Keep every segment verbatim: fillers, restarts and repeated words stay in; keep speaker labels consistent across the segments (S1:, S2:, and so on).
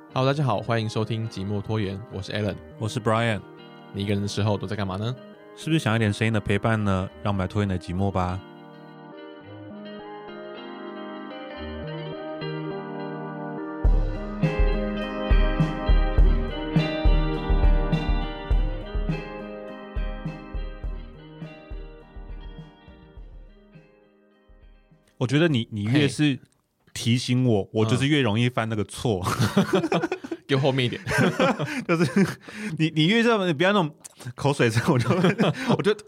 S1: Hello， 大家好，欢迎收听寂寞拖延，我是 Alan，
S2: 我是 Brian。
S1: 你一个人的时候都在干嘛呢？
S2: 是不是想要一点声音的陪伴呢？让我们来拖延你的寂寞吧。我觉得你你越是提醒我，我就是越容易犯那个错。
S1: 给我后面一点，
S2: 就是你你越这样，你不要那种口水声，我就我就，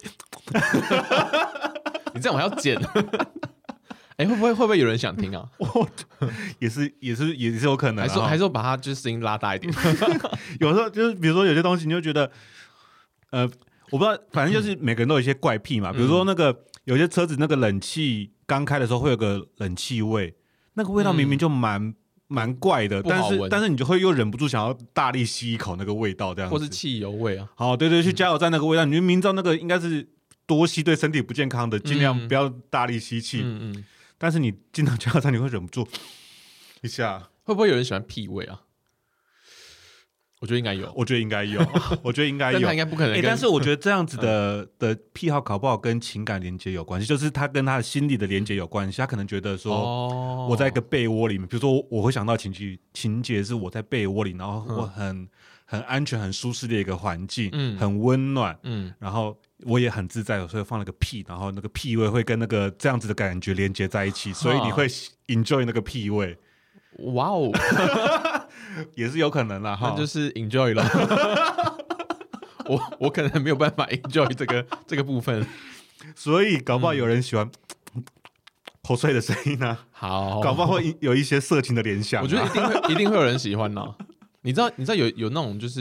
S1: 你这样我还要剪。哎、欸，会不会会不会有人想听啊？
S2: 我也是也是也是有可能、啊，
S1: 还是还是我把它就是声音拉大一点。
S2: 有时候就是比如说有些东西，你就觉得，呃，我不知道，反正就是每个人都有一些怪癖嘛。比如说那个有些车子那个冷气刚开的时候会有个冷气味，那个味道明明就蛮。蛮怪的，但是但是你就会又忍不住想要大力吸一口那个味道，这样子，
S1: 或是汽油味啊。
S2: 好，对对，去加油站那个味道，嗯、你就明知道那个应该是多吸对身体不健康的，尽量不要大力吸气。嗯嗯。但是你进到加油站，你会忍不住一下。
S1: 会不会有人喜欢屁味啊？我觉得应该有，
S2: 我觉得应该有，我觉得应该有，
S1: 但他应该不可能、欸。
S2: 但是我觉得这样子的、嗯、的癖好搞不好跟情感连接有关系，就是他跟他的心理的连接有关系。他可能觉得说，哦、我在一个被窝里面，比如说我会想到情绪情节是我在被窝里，然后我很、嗯、很安全、很舒适的一个环境，嗯，很温暖，嗯，然后我也很自在，所以放了个屁，然后那个屁味会跟那个这样子的感觉连接在一起，所以你会 enjoy 那个屁味。
S1: 哇哦！
S2: 也是有可能啦，
S1: 那就是 enjoy 了。我我可能没有办法 enjoy 这个这个部分，
S2: 所以搞不好有人喜欢口水的声音呢、啊。
S1: 好，
S2: 搞不好会有一些色情的联想、啊。
S1: 我觉得一定会一定会有人喜欢呢。你知道你知道有有那种就是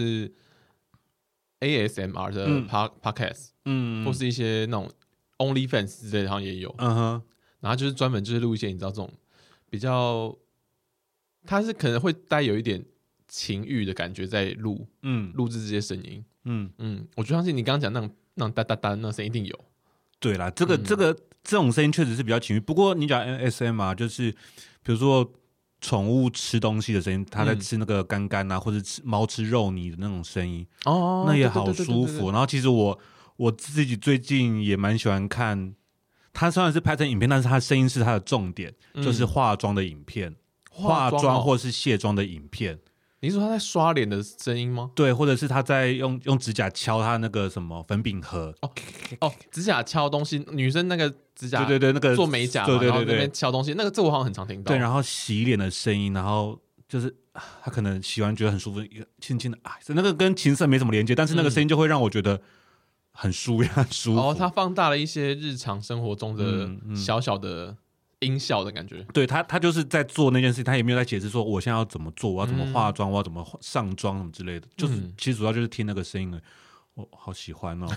S1: A S M R 的 podcast， 嗯，或是一些那种 OnlyFans 之类的，好像也有，嗯哼。然后就是专门就是录一些你知道这种比较。他是可能会带有一点情欲的感觉在录，嗯，录制这些声音，嗯嗯，我就相信你刚刚讲那种那种哒哒哒那声音一定有。
S2: 对啦，这个、嗯、这个这种声音确实是比较情欲。不过你讲 A S M R 就是比如说宠物吃东西的声音，它在吃那个干干啊，嗯、或者吃猫吃肉泥的那种声音，哦，那也好舒服。然后其实我我自己最近也蛮喜欢看，它虽然是拍成影片，但是它声音是它的重点，嗯、就是化妆的影片。化妆或是卸妆的影片，
S1: 你是说他在刷脸的声音吗？
S2: 对，或者是他在用用指甲敲他那个什么粉饼盒
S1: 哦哦，指甲敲东西，女生那个指甲
S2: 对对对，那个
S1: 做美甲嘛，
S2: 对对对对，
S1: 然后那边敲东西，那个这我好像很常听到。
S2: 对，然后洗脸的声音，然后就是他可能洗完觉得很舒服，轻轻的啊，那个跟情色没什么连接，但是那个声音就会让我觉得很舒压、很舒服。
S1: 哦，他放大了一些日常生活中的小小的。音效的感觉，
S2: 对他，他就是在做那件事情，他也没有在解释说我现在要怎么做，我要怎么化妆，嗯、我要怎么上妆什么之类的，就是、嗯、其实主要就是听那个声音了，我好喜欢哦。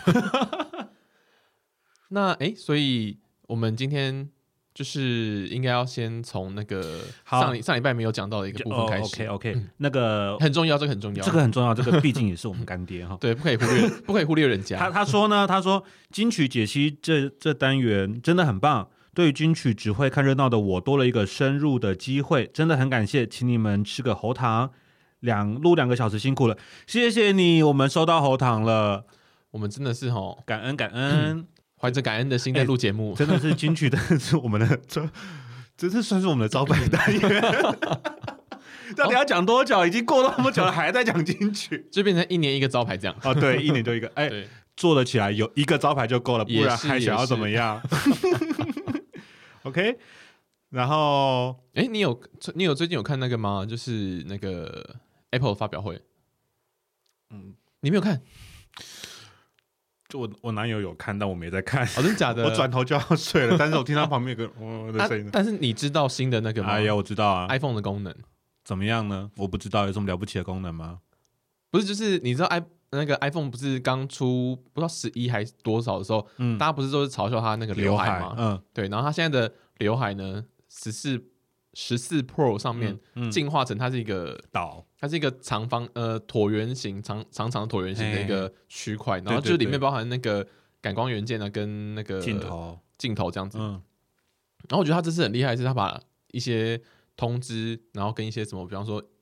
S1: 那哎、欸，所以我们今天就是应该要先从那个上上礼拜没有讲到的一个部分开始。
S2: 哦、OK OK，、嗯、那个
S1: 很重要，这个很重要，
S2: 这个很重要，这个毕竟也是我们干爹哈。
S1: 对，不可以忽略，不可以忽略人家。
S2: 他他说呢，他说金曲解析这这单元真的很棒。对于金曲只会看热闹的我多了一个深入的机会，真的很感谢，请你们吃个喉糖，两录两个小时辛苦了，谢谢你，我们收到喉糖了，
S1: 我们真的是齁
S2: 感恩感恩，
S1: 怀着感恩的心在录节目、
S2: 欸，真的是金曲，真的是我们的，这这是算是我们的招牌单元。到底要讲多久？已经过了那么久了，还在讲金曲，
S1: 就变成一年一个招牌这样。
S2: 哦，对，一年就一个，哎、欸，做得起来有一个招牌就够了，不然还想要怎么样？OK， 然后，
S1: 哎、欸，你有你有最近有看那个吗？就是那个 Apple 发表会，嗯，你没有看？
S2: 就我我男友有看，但我没在看。
S1: 哦，真的假的？
S2: 我转头就要睡了，但是我听他旁边有个哦的声音、
S1: 啊。但是你知道新的那个吗？
S2: 哎呀，我知道啊
S1: ，iPhone 的功能
S2: 怎么样呢？我不知道有什么了不起的功能吗？
S1: 不是，就是你知道 i 那个 iPhone 不是刚出不知道十一还多少的时候，嗯，大家不是都是嘲笑它那个刘海吗？嗯，对，然后它现在的刘海呢，十四十四 Pro 上面进化成它是一个岛，它是一个长方呃椭圆形长长长椭圆形的一个区块，然后就里面包含那个感光元件啊跟那个
S2: 镜头
S1: 镜头这样子。嗯，然后我觉得它这次很厉害，是它把一些通知，然后跟一些什么，比方说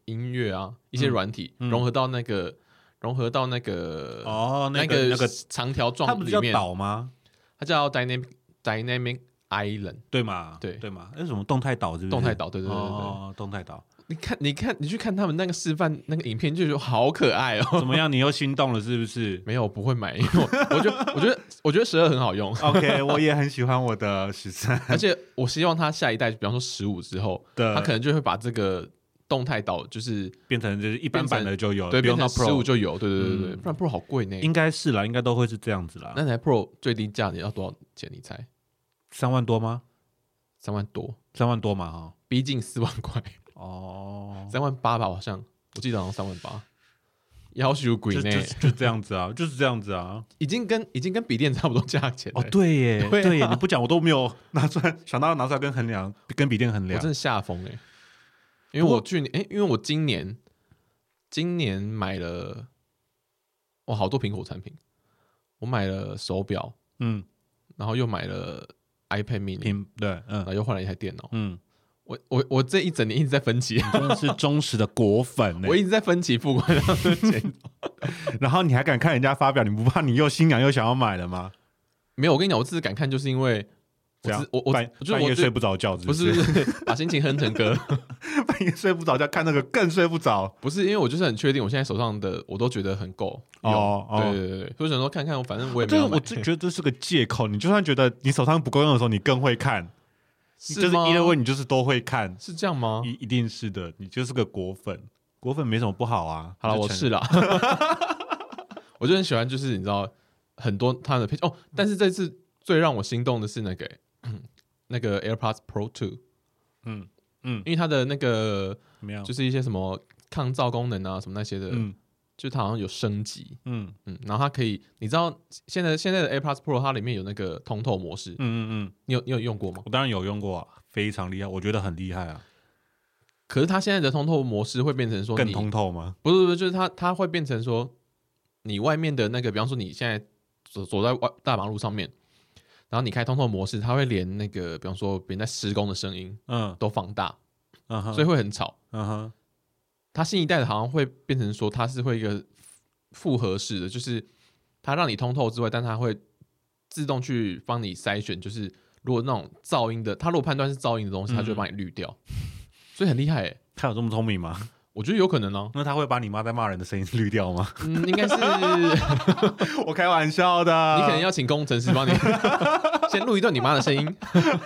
S1: 音乐啊，一些软体、嗯、融合到那个融合到那个
S2: 哦
S1: 那个那个长条状里面，
S2: 它不是叫岛吗？
S1: 它叫 dynamic dynamic island，
S2: 对嘛？
S1: 对
S2: 对嘛？那什么动态岛是不是？
S1: 动态岛，对对对对对，
S2: 哦，动态岛。
S1: 你看，你看，你去看他们那个示范那个影片，就觉得好可爱哦。
S2: 怎么样？你又心动了是不是？
S1: 没有，我不会买，因为我我觉得，我觉得，我觉得十二很好用。
S2: OK， 我也很喜欢我的十三，
S1: 而且我希望它下一代，比方说十五之后，它可能就会把这个动态岛就是
S2: 变成就是一般版的就有了，
S1: 对，变成十五就有，对对对对、嗯，不然 Pro 好贵呢。
S2: 应该是啦，应该都会是这样子啦。
S1: 那台 Pro 最低价你要多少钱？你猜？
S2: 三万多吗？
S1: 三万多，
S2: 三万多嘛哈，
S1: 逼近四万块。
S2: 哦，
S1: 三万八吧，好像我记得好像三万八，要求贵呢，
S2: 就这样子啊，就是这样子啊，
S1: 已经跟已经跟笔电差不多价钱了。
S2: 哦，对耶，对, 对耶，你不讲我都没有拿出来，想到拿出来跟衡量，跟笔电衡量，
S1: 我真的吓疯哎，因为我去年哎，因为我今年今年买了哇好多苹果产品，我买了手表，嗯，然后又买了 iPad mini，
S2: 对，嗯，
S1: 然后又换了一台电脑，
S2: 嗯。
S1: 我我我这一整年一直在分期，
S2: 真的是忠实的果粉、欸。
S1: 我一直在分期付款他们钱，
S2: 然后你还敢看人家发表，你不怕你又心痒又想要买了吗？
S1: 没有，我跟你讲，我只是敢看，就是因为我我我
S2: 半半夜睡不着觉，
S1: 不是不是把心情哼成歌，
S2: 半夜睡不着觉看那个更睡不着。
S1: 不是因为我就是很确定，我现在手上的我都觉得很够哦，哦对对对对，所以想说看看，反正我也没有买。
S2: 我觉得这是个借口，你就算觉得你手上不够用的时候，你更会看。
S1: 是
S2: 吗？因为你就是都会看，
S1: 是这样吗？
S2: 一一定是的，你就是个果粉，果粉没什么不好啊。
S1: 好了，我是啦，我就很喜欢，就是你知道很多他的配哦，但是这次最让我心动的是那个那个 AirPods Pro 二，嗯嗯，因为它的那个
S2: 怎么样，
S1: 就是一些什么抗噪功能啊，什么那些的，嗯。就它好像有升级，嗯嗯，然后它可以，你知道现在现在的 AirPods Pro 它里面有那个通透模式，嗯嗯嗯，你有你有用过吗？
S2: 我当然有用过啊，非常厉害，我觉得很厉害啊。
S1: 可是它现在的通透模式会变成说
S2: 更通透吗？
S1: 不是不是，就是它它会变成说你外面的那个，比方说你现在走走在外大马路上面，然后你开通透模式，它会连那个比方说别人在施工的声音，嗯，都放大，嗯哼，所以会很吵，嗯哼。它新一代的好像会变成说，它是会一个复合式的，就是它让你通透之外，但它会自动去帮你筛选，就是如果那种噪音的，它如果判断是噪音的东西，它就会帮你滤掉，嗯、所以很厉害哎、欸。
S2: 它有这么聪明吗？
S1: 我觉得有可能哦、啊。
S2: 那它会把你妈在骂人的声音滤掉吗？
S1: 嗯，应该是
S2: 我开玩笑的。
S1: 你可能要请工程师帮你先录一段你妈的声音。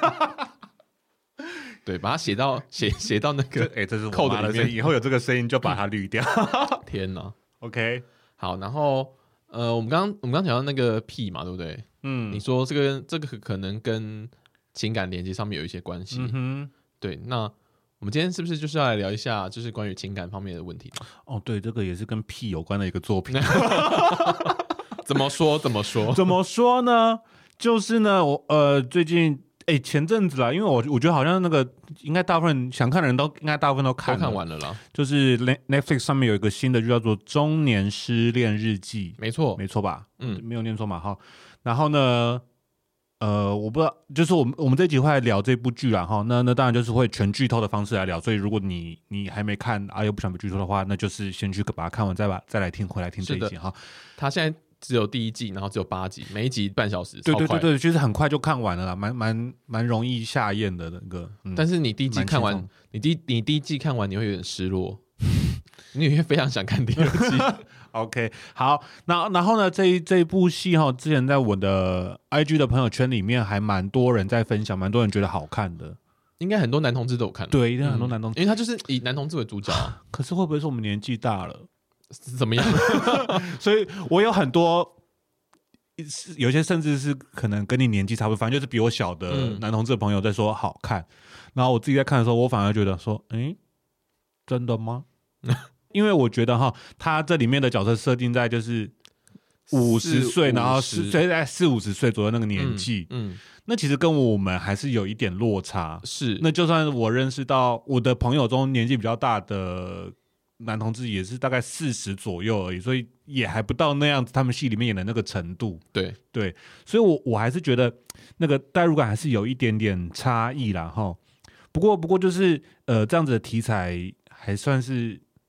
S1: 对，把它写到写写到那个，
S2: 哎、欸，这是我妈的声音，以后有这个声音就把它滤掉。
S1: 天哪
S2: ，OK，
S1: 好，然后呃，我们刚我们刚讲到那个屁嘛，对不对？嗯，你说这个这个可能跟情感连接上面有一些关系。嗯哼，对，那我们今天是不是就是要来聊一下，就是关于情感方面的问题？
S2: 哦，对，这个也是跟屁有关的一个作品。
S1: 怎么说？怎么说？
S2: 怎么说呢？就是呢，我呃最近。哎、欸，前阵子啦，因为我我觉得好像那个应该大部分想看的人都应该大部分都看了
S1: 都看完了啦。
S2: 就是 Netflix 上面有一个新的剧叫做《中年失恋日记》，
S1: 没错，
S2: 没错吧？嗯，没有念错嘛哈。然后呢，呃，我不知道，就是我们我们这一集会来聊这部剧啦哈。那那当然就是会全剧透的方式来聊，所以如果你你还没看啊又不想被剧透的话，那就是先去把它看完，再把再来听回来听这一集哈。
S1: 他现在。只有第一季，然后只有八集，每一集半小时，
S2: 对对对对，其实很快就看完了啦，蛮蛮蛮容易下咽的那个。嗯、
S1: 但是你第一季看完，你第你第一季看完，你会有点失落，你会非常想看第二季。
S2: OK， 好，那然后呢，这一这一部戏哈，之前在我的 I G 的朋友圈里面还蛮多人在分享，蛮多人觉得好看的。
S1: 应该很多男同志都有看，
S2: 对，一定很多男同志、
S1: 嗯，因为他就是以男同志为主角、啊。
S2: 可是会不会是我们年纪大了？
S1: 怎么样？
S2: 所以我有很多，有些甚至是可能跟你年纪差不多，反正就是比我小的男同志的朋友在说好看，嗯、然后我自己在看的时候，我反而觉得说，哎、欸，真的吗？因为我觉得哈，他这里面的角色设定在就是五十岁，然后是在四五十岁左右那个年纪，嗯，嗯那其实跟我们还是有一点落差。
S1: 是，
S2: 那就算我认识到我的朋友中年纪比较大的。男同志也是大概四十左右而已，所以也还不到那样子，他们戏里面演的那个程度。
S1: 对
S2: 对，所以我我还是觉得那个代入感还是有一点点差异啦哈。不过不过就是呃这样子的题材还算是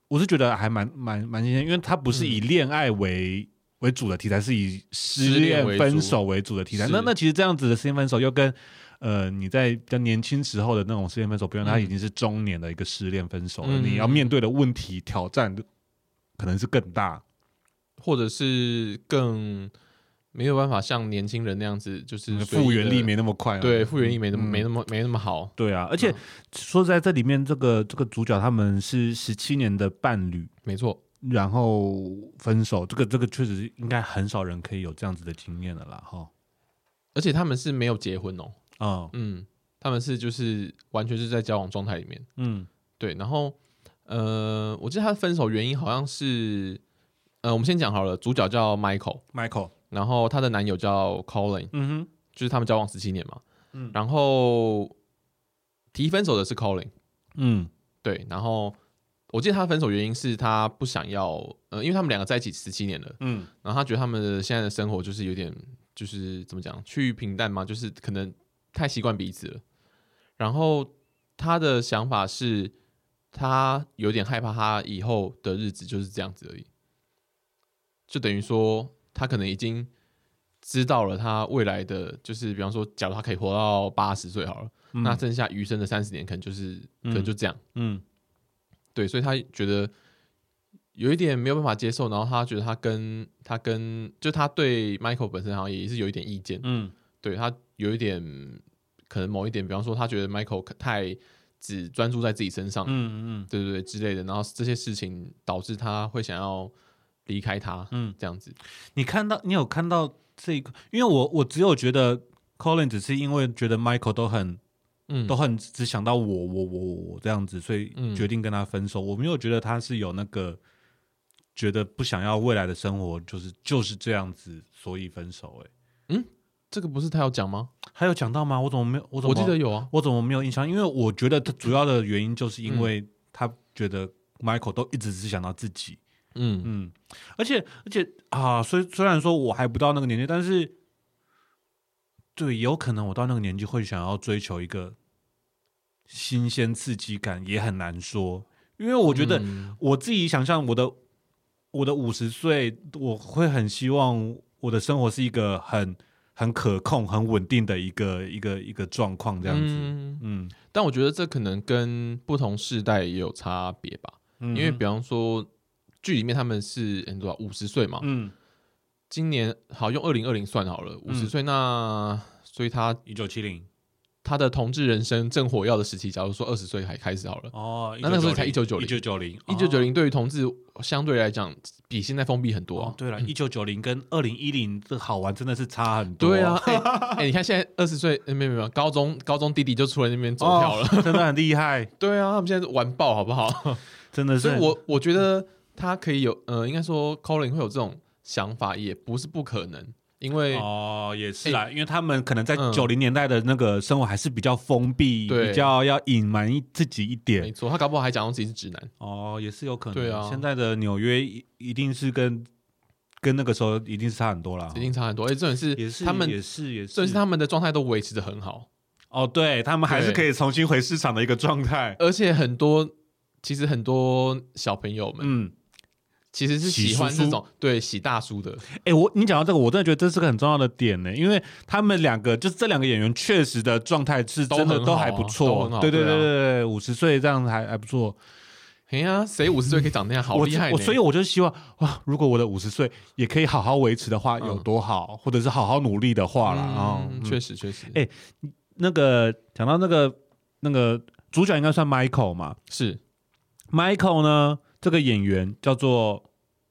S2: 我是觉得还蛮蛮蛮新鲜，因为它不是以恋爱为、嗯、为主的题材，是以失恋分手为主的题材。那那其实这样子的失恋分手又跟呃你在比较年轻时候的那种失恋分手，比如他已经是中年的一个失恋分手了、嗯，你要面对的问题挑战可能是更大，
S1: 或者是更没有办法像年轻人那样子，就是
S2: 复原力没那么快、啊，
S1: 对，复原力没那么、嗯、没那么没那么好。
S2: 对啊，而且、嗯、说在这里面，这个这个主角他们是十七年的伴侣，
S1: 没错。
S2: 然后分手，这个这个确实应该很少人可以有这样子的经验了啦，哈。
S1: 而且他们是没有结婚哦，
S2: 哦
S1: 嗯，他们是就是完全是在交往状态里面，嗯，对。然后呃，我记得他分手原因好像是。呃，我们先讲好了，主角叫 Michael，Michael， 然后他的男友叫 Colin， 嗯哼，就是他们交往十七年嘛，嗯，然后提分手的是 Colin， 嗯，对，然后我记得他分手原因是他不想要，呃，因为他们两个在一起十七年了，嗯，然后他觉得他们的现在的生活就是有点，就是怎么讲，趋于平淡嘛，就是可能太习惯彼此了，然后他的想法是，他有点害怕他以后的日子就是这样子而已。就等于说，他可能已经知道了他未来的，就是比方说，假如他可以活到八十岁好了，嗯、那剩下余生的三十年，可能就是、嗯、可能就这样。嗯，对，所以他觉得有一点没有办法接受，然后他觉得他跟他跟就他对 Michael 本身好像也是有一点意见。嗯，对他有一点可能某一点，比方说，他觉得 Michael 太只专注在自己身上，嗯嗯，对对对之类的，然后这些事情导致他会想要。离开他，嗯，这样子。
S2: 你看到，你有看到这个？因为我我只有觉得 Colin 只是因为觉得 Michael 都很，嗯，都很只想到我我我我这样子，所以决定跟他分手。嗯、我没有觉得他是有那个觉得不想要未来的生活，就是就是这样子，所以分手、欸。哎，
S1: 嗯，这个不是他有讲吗？
S2: 还有讲到吗？我怎么没有？我怎么
S1: 我记得有啊，
S2: 我怎么没有印象？因为我觉得他主要的原因就是因为他觉得 Michael 都一直只想到自己。嗯嗯，而且而且啊，虽虽然说我还不到那个年纪，但是对，有可能我到那个年纪会想要追求一个新鲜刺激感，也很难说。因为我觉得我自己想象我的我的五十岁，我会很希望我的生活是一个很很可控、很稳定的一个一个一个状况，这样子。嗯,
S1: 嗯，但我觉得这可能跟不同世代也有差别吧，嗯、因为比方说。剧里面他们是多少五十岁嘛？嗯，今年好用二零二零算好了，五十岁那所以他
S2: 一九七零，
S1: 他的同志人生正火药的时期，假如说二十岁还开始好了，哦，那那个时候才一九九零，
S2: 一九九零，
S1: 一九九零对于同志相对来讲比现在封闭很多、啊
S2: 哦。对了，一九九零跟二零一零这好玩真的是差很多。
S1: 对啊，哎、欸欸，你看现在二十岁，没有没有，高中高中弟弟就出来那边走跳了、
S2: 哦，真的很厉害。
S1: 对啊，他们现在玩爆好不好？
S2: 真的是，
S1: 所以我我觉得。他可以有呃，应该说 Colin 会有这种想法，也不是不可能，因为
S2: 哦也是啦、欸，因为他们可能在九零年代的那个生活还是比较封闭，比较要隐瞒自己一点。
S1: 没错，他搞不好还假装自己是直男。
S2: 哦，也是有可能。
S1: 对啊，
S2: 现在的纽约一定是跟跟那个时候一定是差很多啦，
S1: 一定差很多。而且这种是
S2: 也是
S1: 他们
S2: 也是也是，
S1: 这是他们的状态都维持得很好。
S2: 哦，对他们还是可以重新回市场的一个状态，
S1: 而且很多其实很多小朋友们，嗯。其实是喜欢这种对喜大叔的。
S2: 哎、欸，我你讲到这个，我真的觉得这是个很重要的点呢，因为他们两个就是这两个演员确实的状态是真的都还不错，对对对对对，五十岁这样还还不错。
S1: 哎呀，谁五十岁可以长那样，好厉害！
S2: 我所以我就希望哇，如果我的五十岁也可以好好维持的话，有多好，嗯、或者是好好努力的话啦。啊、
S1: 嗯，确、嗯、实确实。
S2: 哎、欸，那个讲到那个那个主角应该算 Michael 嘛？
S1: 是
S2: Michael 呢？这个演员叫做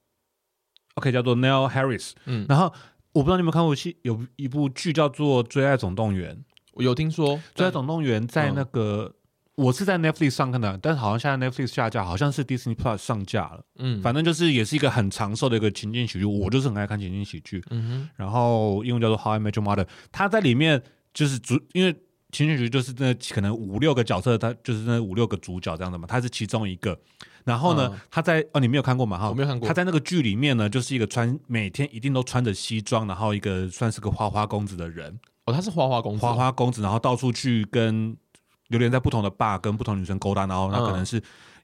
S2: OK， 叫做 Neil Harris。嗯，然后我不知道你有没有看过有一部剧叫做《追爱总动员》，
S1: 我有听说。《
S2: 追爱总动员》在那个、嗯、我是在 Netflix 上看的，但是好像现在 Netflix 下架，好像是 Disney Plus 上架了。嗯，反正就是也是一个很长寿的一个情景喜剧，我就是很爱看情景喜剧。嗯哼，然后英文叫做 How I Met Your Mother， 他在里面就是主因为。情景喜剧就是那可能五六个角色，他就是那五六个主角这样的嘛，他是其中一个。然后呢，嗯、他在哦，你没有看过嘛？哈，
S1: 我没有看过。
S2: 他在那个剧里面呢，就是一个穿每天一定都穿着西装，然后一个算是个花花公子的人。
S1: 哦，他是花花公子、哦，
S2: 花花公子，然后到处去跟流连在不同的 bar 跟不同女生勾搭，然后他可能是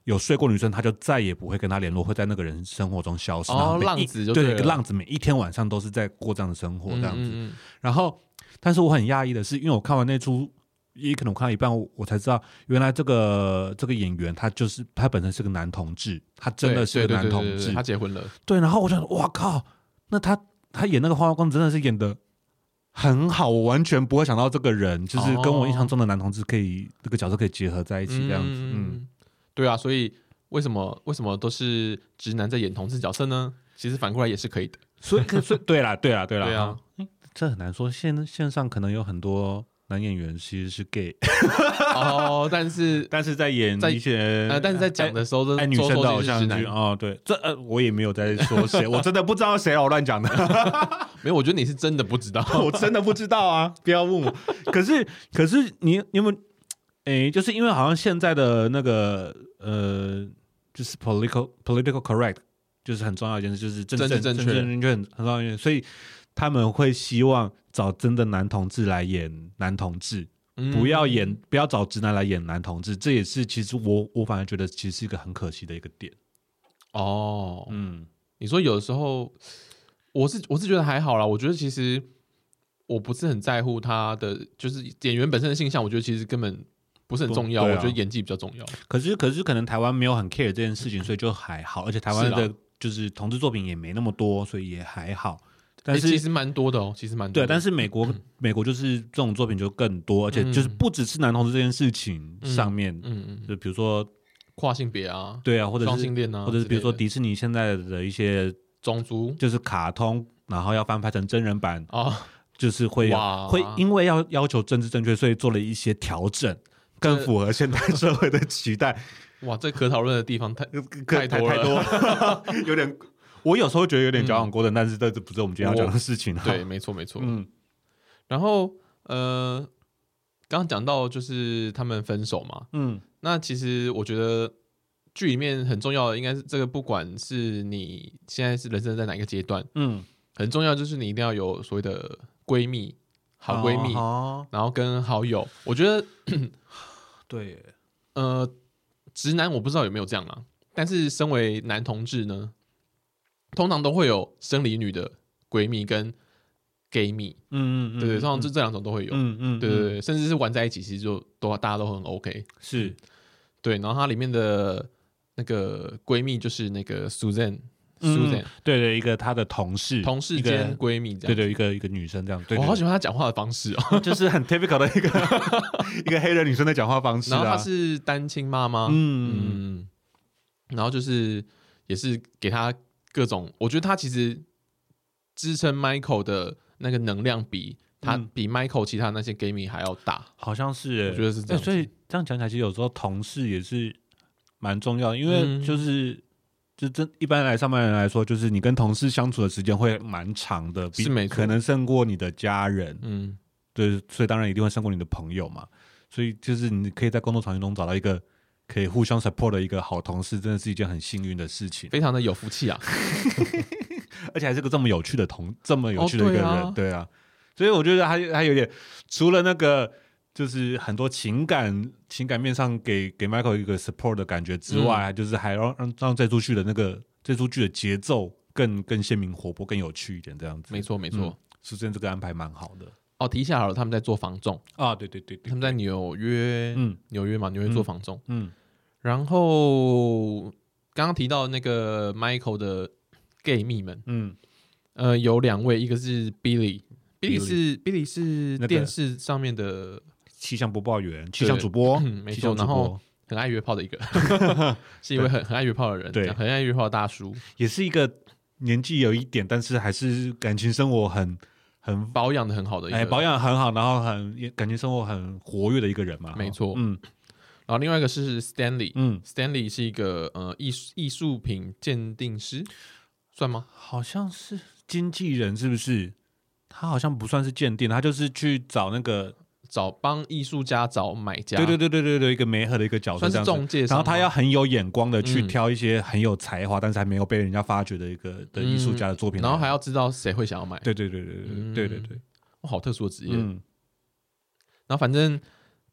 S2: 有睡过女生，他就再也不会跟他联络，会在那个人生活中消失。
S1: 哦，浪子就对了，
S2: 对，浪子每一天晚上都是在过这样的生活，这样子。嗯嗯嗯，然后，但是我很讶异的是，因为我看完那出，也可能我看到一半我，我才知道，原来这个这个演员他就是他本身是个男同志，他真的是个男同志，
S1: 对对对对对，他结婚了。
S2: 对，然后我想，哇靠，那他他演那个花花公子真的是演的很好，我完全不会想到这个人就是跟我印象中的男同志可以、哦、这个角色可以结合在一起这样子。嗯，
S1: 嗯对啊，所以为什么为什么都是直男在演同志角色呢？其实反过来也是可以的。
S2: 所以，所以对啦，对啦，对啦，
S1: 对啊，
S2: 这很难说。线线上可能有很多男演员其实是 gay，
S1: 哦，但是
S2: 但是在演一些
S1: 呃，但是在讲的时候，
S2: 爱女生的偶像剧哦，对，这呃我也没有在说谁，我真的不知道谁，我乱讲的。
S1: 没有，我觉得你是真的不知道，
S2: 我真的不知道啊！不要问我。可是，可是你你有没有？哎，就是因为好像现在的那个呃，就是 political political correct， 就是很重要一件事，就是政治正确，政治正确很很重要一件事，所以他们会希望找真的男同志来演男同志，嗯、不要演不要找直男来演男同志。这也是其实我我反而觉得其实是一个很可惜的一个点。
S1: 哦，嗯，你说有的时候，我是我是觉得还好啦。我觉得其实我不是很在乎他的，就是演员本身的性向，我觉得其实根本不是很重要。啊、我觉得演技比较重要。
S2: 可是可是可能台湾没有很 care 这件事情，所以就还好。而且台湾的就是同志作品也没那么多，所以也还好。但是、
S1: 欸、其实蛮多的哦，其实蛮多的。
S2: 对，但是美国、嗯、美国就是这种作品就更多，而且就是不只是男同志这件事情上面，嗯嗯，就比如说
S1: 跨性别啊，
S2: 对啊，或者是
S1: 双性恋啊，
S2: 或者是比如说迪士尼现在的一些
S1: 种族，
S2: 就是卡通，然后要翻拍成真人版啊。哦，就是会会因为要要求政治正确，所以做了一些调整，更符合现代社会的期待。
S1: 哇，这可讨论的地方太太多了，太多了
S2: 有点。我有时候觉得有点矫枉过正，嗯、但是这不是我们今天要讲的事情。
S1: 对，没错没错。嗯，然后呃，刚刚讲到就是他们分手嘛，嗯，那其实我觉得剧里面很重要的应该是这个，不管是你现在是人生在哪一个阶段，嗯，很重要就是你一定要有所谓的闺蜜、好闺蜜，哦、然后跟好友。我觉得
S2: 对，
S1: 呃，直男我不知道有没有这样啊，但是身为男同志呢，通常都会有生理女的闺蜜跟 gay 蜜，嗯嗯，对对，通常就这两种都会有，嗯嗯，对对对，甚至是玩在一起，其实就都大家都很 OK，
S2: 是，
S1: 对，然后它里面的那个闺蜜就是那个 Susan，Susan，、嗯、
S2: 对对，一个她的同事，
S1: 同事兼闺蜜这样，
S2: 对对，一个一个女生这样，对对对，
S1: 我好喜欢她讲话的方式哦，
S2: 就是很 typical 的一个一个黑人女生的讲话方式、啊，
S1: 然后她是单亲妈妈，嗯嗯，然后就是也是给她各种，我觉得他其实支撑 Michael 的那个能量比他、嗯、比 Michael 其他那些 gay 蜜还要大，
S2: 好像是，
S1: 我觉得是这样、欸。
S2: 所以这样讲起来，其实有时候同事也是蛮重要的，因为就是、嗯、就真一般来上班人来说，就是你跟同事相处的时间会蛮长的，
S1: 是没错，
S2: 可能胜过你的家人，嗯，对，所以当然一定会胜过你的朋友嘛。所以就是你可以在工作场景中找到一个可以互相 support 的一个好同事，真的是一件很幸运的事情，
S1: 非常的有福气啊！
S2: 而且还是个这么有趣的同，这么有趣的一个人，哦、对, 啊对啊，所以我觉得他他有点除了那个就是很多情感情感面上给给 Michael 一个 support 的感觉之外，嗯、就是还让让让这出剧的那个这出剧的节奏更更鲜明活泼、更有趣一点，这样子。
S1: 没错没错，
S2: 是真这个安排蛮好的。
S1: 哦，提一下好了，他们在做房仲
S2: 啊，对对 对, 对，
S1: 他们在纽约，嗯，纽约嘛，纽约做房仲，嗯，嗯然后刚刚提到那个 Michael 的 gay 蜜们，嗯，呃，有两位，一个是 Billy，Billy 是 Billy 是电视上面的
S2: 气象播报员、气象主播，
S1: 嗯，没错，然后很爱约炮的一个，是一位很很爱约炮的人，对，很爱约炮的大叔，
S2: 也是一个年纪有一点，但是还是感情生活很。很
S1: 保养的很好的一个，
S2: 哎，保养很好，然后很感情生活很活跃的一个人嘛，
S1: 没错，嗯。然后另外一个是 Stanley， 嗯 ，Stanley 是一个呃艺术艺术品鉴定师，算吗？
S2: 好像是经纪人，是不是？他好像不算是鉴定，他就是去找那个
S1: 找帮艺术家找买家，
S2: 对对对对对对，一个媒合的一个角色，
S1: 算是中介。
S2: 然后他要很有眼光的去挑一些很有才华，嗯、但是还没有被人家发掘的一个的艺术家的作品，
S1: 嗯，然后还要知道谁会想要买。
S2: 对对对对对，嗯、对对对，
S1: 哦，好特殊的职业。嗯，然后反正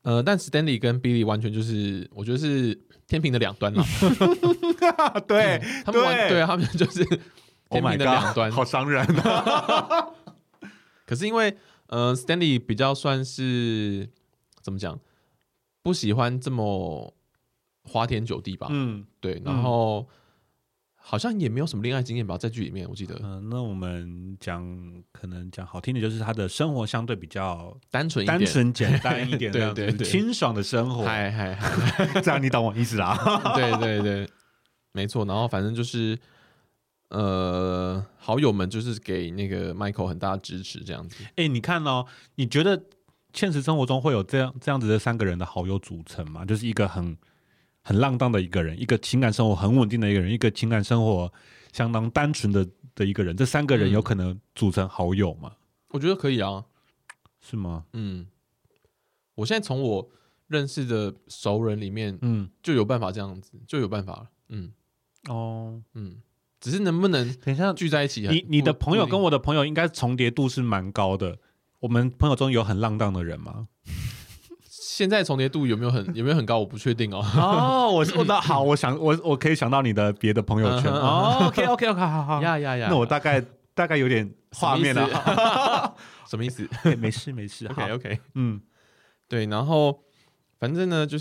S1: 呃，但 Stanley 跟 Billy 完全就是我觉得是天平的两端啦。
S2: 对、
S1: 嗯，他们玩对啊，他们就是天平的两端，
S2: oh、好伤人啊！
S1: 可是因为呃 ，Stanley 比较算是怎么讲，不喜欢这么花天酒地吧？嗯，对，然后、嗯、好像也没有什么恋爱经验吧，在剧里面我记得。
S2: 嗯、呃，那我们讲可能讲好听的，就是他的生活相对比较
S1: 单纯一点、
S2: 单纯简单一点，
S1: 对对对，
S2: 清爽的生活。
S1: 嗨嗨嗨，
S2: 这样你懂我意思啦？
S1: 对对对，没错。然后反正就是。呃，好友们就是给那个 Michael 很大的支持，这样子。
S2: 哎、欸，你看哦，你觉得现实生活中会有这样这样子的三个人的好友组成吗？就是一个很很浪荡的一个人，一个情感生活很稳定的一个人，一个情感生活相当单纯的的一个人，这三个人有可能组成好友吗？
S1: 嗯、我觉得可以啊，
S2: 是吗？
S1: 嗯，我现在从我认识的熟人里面，嗯，就有办法这样子，就有办法了，嗯，哦，嗯。只是能不能
S2: 等一下
S1: 聚在一起？
S2: 你你的朋友跟我的朋友应该重叠度是蛮高的。我们朋友中有很浪荡的人吗？
S1: 现在重叠度有没有很有没有很高？我不确定哦。
S2: 哦，我我那好，我想我我可以想到你的别的朋友圈。哦 ，OK OK OK， 好好
S1: 呀呀呀。
S2: 那我大概大概有点画面了。
S1: 什么意思？
S2: 没事没事。
S1: OK OK， 嗯，对，然后反正呢就是。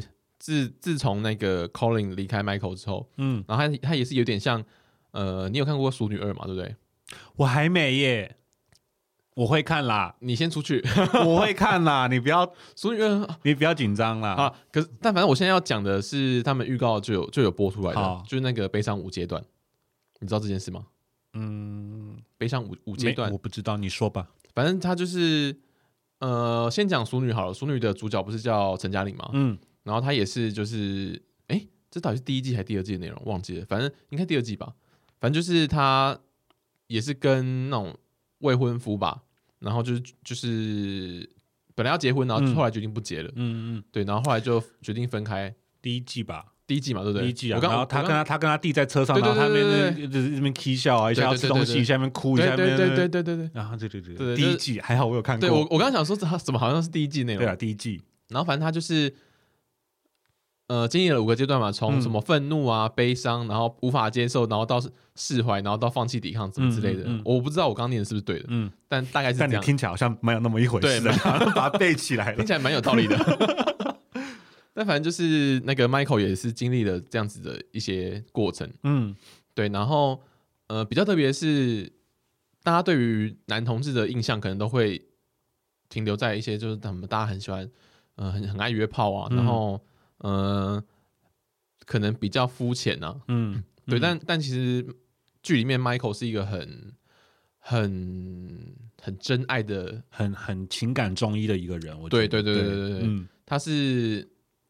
S1: 自自从那个 Colin 离开 Michael 之后，嗯，然后他他也是有点像，呃，你有看过《熟女二》嘛？对不对？
S2: 我还没耶，我会看啦。
S1: 你先出去，
S2: 我会看啦。你不要《
S1: 熟女二》，
S2: 你不要紧张啦
S1: 啊！可是，但反正我现在要讲的是，他们预告就有就有播出来的，就是那个悲伤五阶段，你知道这件事吗？嗯，悲伤五五阶段，
S2: 我不知道，你说吧。
S1: 反正他就是，呃，先讲熟女好了。熟女的主角不是叫陈嘉玲吗？嗯。然后他也是，就是，哎，这到底是第一季还是第二季的内容？忘记了，反正应该第二季吧。反正就是他也是跟那种未婚夫吧，然后就是就是本来要结婚，然后后来决定不结了。嗯嗯，对，然后后来就决定分开。
S2: 第一季吧，
S1: 第一季嘛，对不对？
S2: 第一季啊。然后他跟他他跟他弟在车上，然后他们就是那边 k 笑啊，一下要吃东西，一下面哭，一下面
S1: 对对对对对对。
S2: 然后对对对，第一季还好我有看过。
S1: 对我我刚刚想说他怎么好像是第一季内容？
S2: 对啊，第一季。
S1: 然后反正他就是。呃，经历了五个阶段嘛，从什么愤怒啊、嗯、悲伤，然后无法接受，然后到释怀，然后到放弃抵抗，什么之类的。嗯嗯嗯、我不知道我刚刚念的是不是对的，嗯，但大概是这样。
S2: 但你听起来好像蛮有那么一回事，对，把它背起来了，
S1: 听起来蛮有道理的。但反正就是那个 Michael 也是经历了这样子的一些过程，嗯，对。然后呃，比较特别的是，大家对于男同志的印象可能都会停留在一些就是他们大家很喜欢，呃，很很爱约炮啊，嗯、然后。呃，可能比较肤浅呐，嗯，对，嗯、但但其实剧里面 Michael 是一个很很很真爱的、
S2: 很很情感中医的一个人，我
S1: 觉得对对对对对对，嗯，他是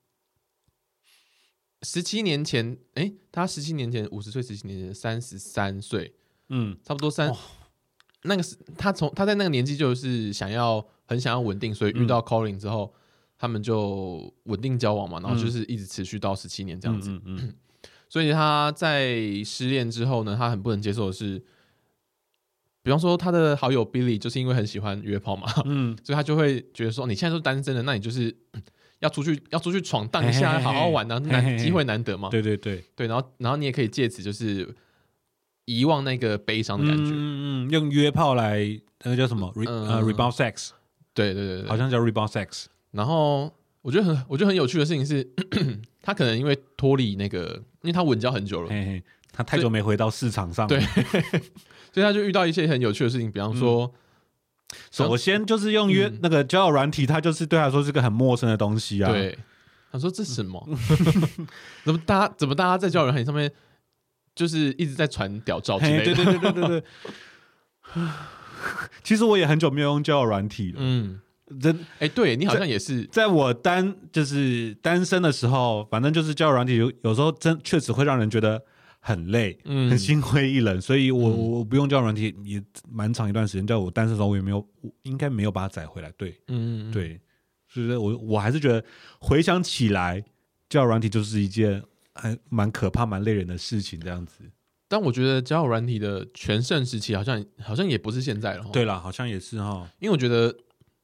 S1: 十七年前，哎、欸，他十七年前五十岁，十七年前三十三岁，嗯，差不多三，哦、那个是他从他在那个年纪就是想要很想要稳定，所以遇到 Colin 之后。嗯他们就稳定交往嘛，然后就是一直持续到十七年这样子。嗯嗯嗯、所以他在失恋之后呢，他很不能接受的是，比方说他的好友 Billy 就是因为很喜欢约炮嘛，嗯，所以他就会觉得说，你现在都是单身的，那你就是要出去要出去闯荡一下，嘿嘿嘿好好玩啊，难机会难得嘛。
S2: 对对对
S1: 对，然后然后你也可以借此就是遗忘那个悲伤的感觉，
S2: 嗯嗯，用约炮来那个叫什么、嗯呃、rebound sex，
S1: 对对 对, 對，
S2: 好像叫 rebound sex。
S1: 然后我觉得很，我觉得很有趣的事情是，他可能因为脱离那个，因为他稳交很久了，
S2: 嘿嘿他太久没回到市场上了，
S1: 对，所以他就遇到一些很有趣的事情，比方说，
S2: 嗯、首先就是用约、嗯、那个交友软体，他就是对他来说是个很陌生的东西啊。
S1: 对，他说这是什么？怎么大家怎么大家在交友软体上面就是一直在传屌照之类的？
S2: 对对对对对对。其实我也很久没有用交友软体了，嗯。
S1: 真哎、欸，对你好像也是，
S2: 在我单就是单身的时候，反正就是交友软体有有时候真确实会让人觉得很累，嗯，很心灰意冷，所以我、嗯、我不用交友软体也蛮长一段时间。在我单身的时候，我也没有，应该没有把它载回来。对，嗯对，所以我我还是觉得回想起来，交友软体就是一件还蛮可怕、蛮累人的事情，这样子。
S1: 但我觉得交友软体的全盛时期好像好像也不是现在了。
S2: 对啦，好像也是哈，
S1: 因为我觉得。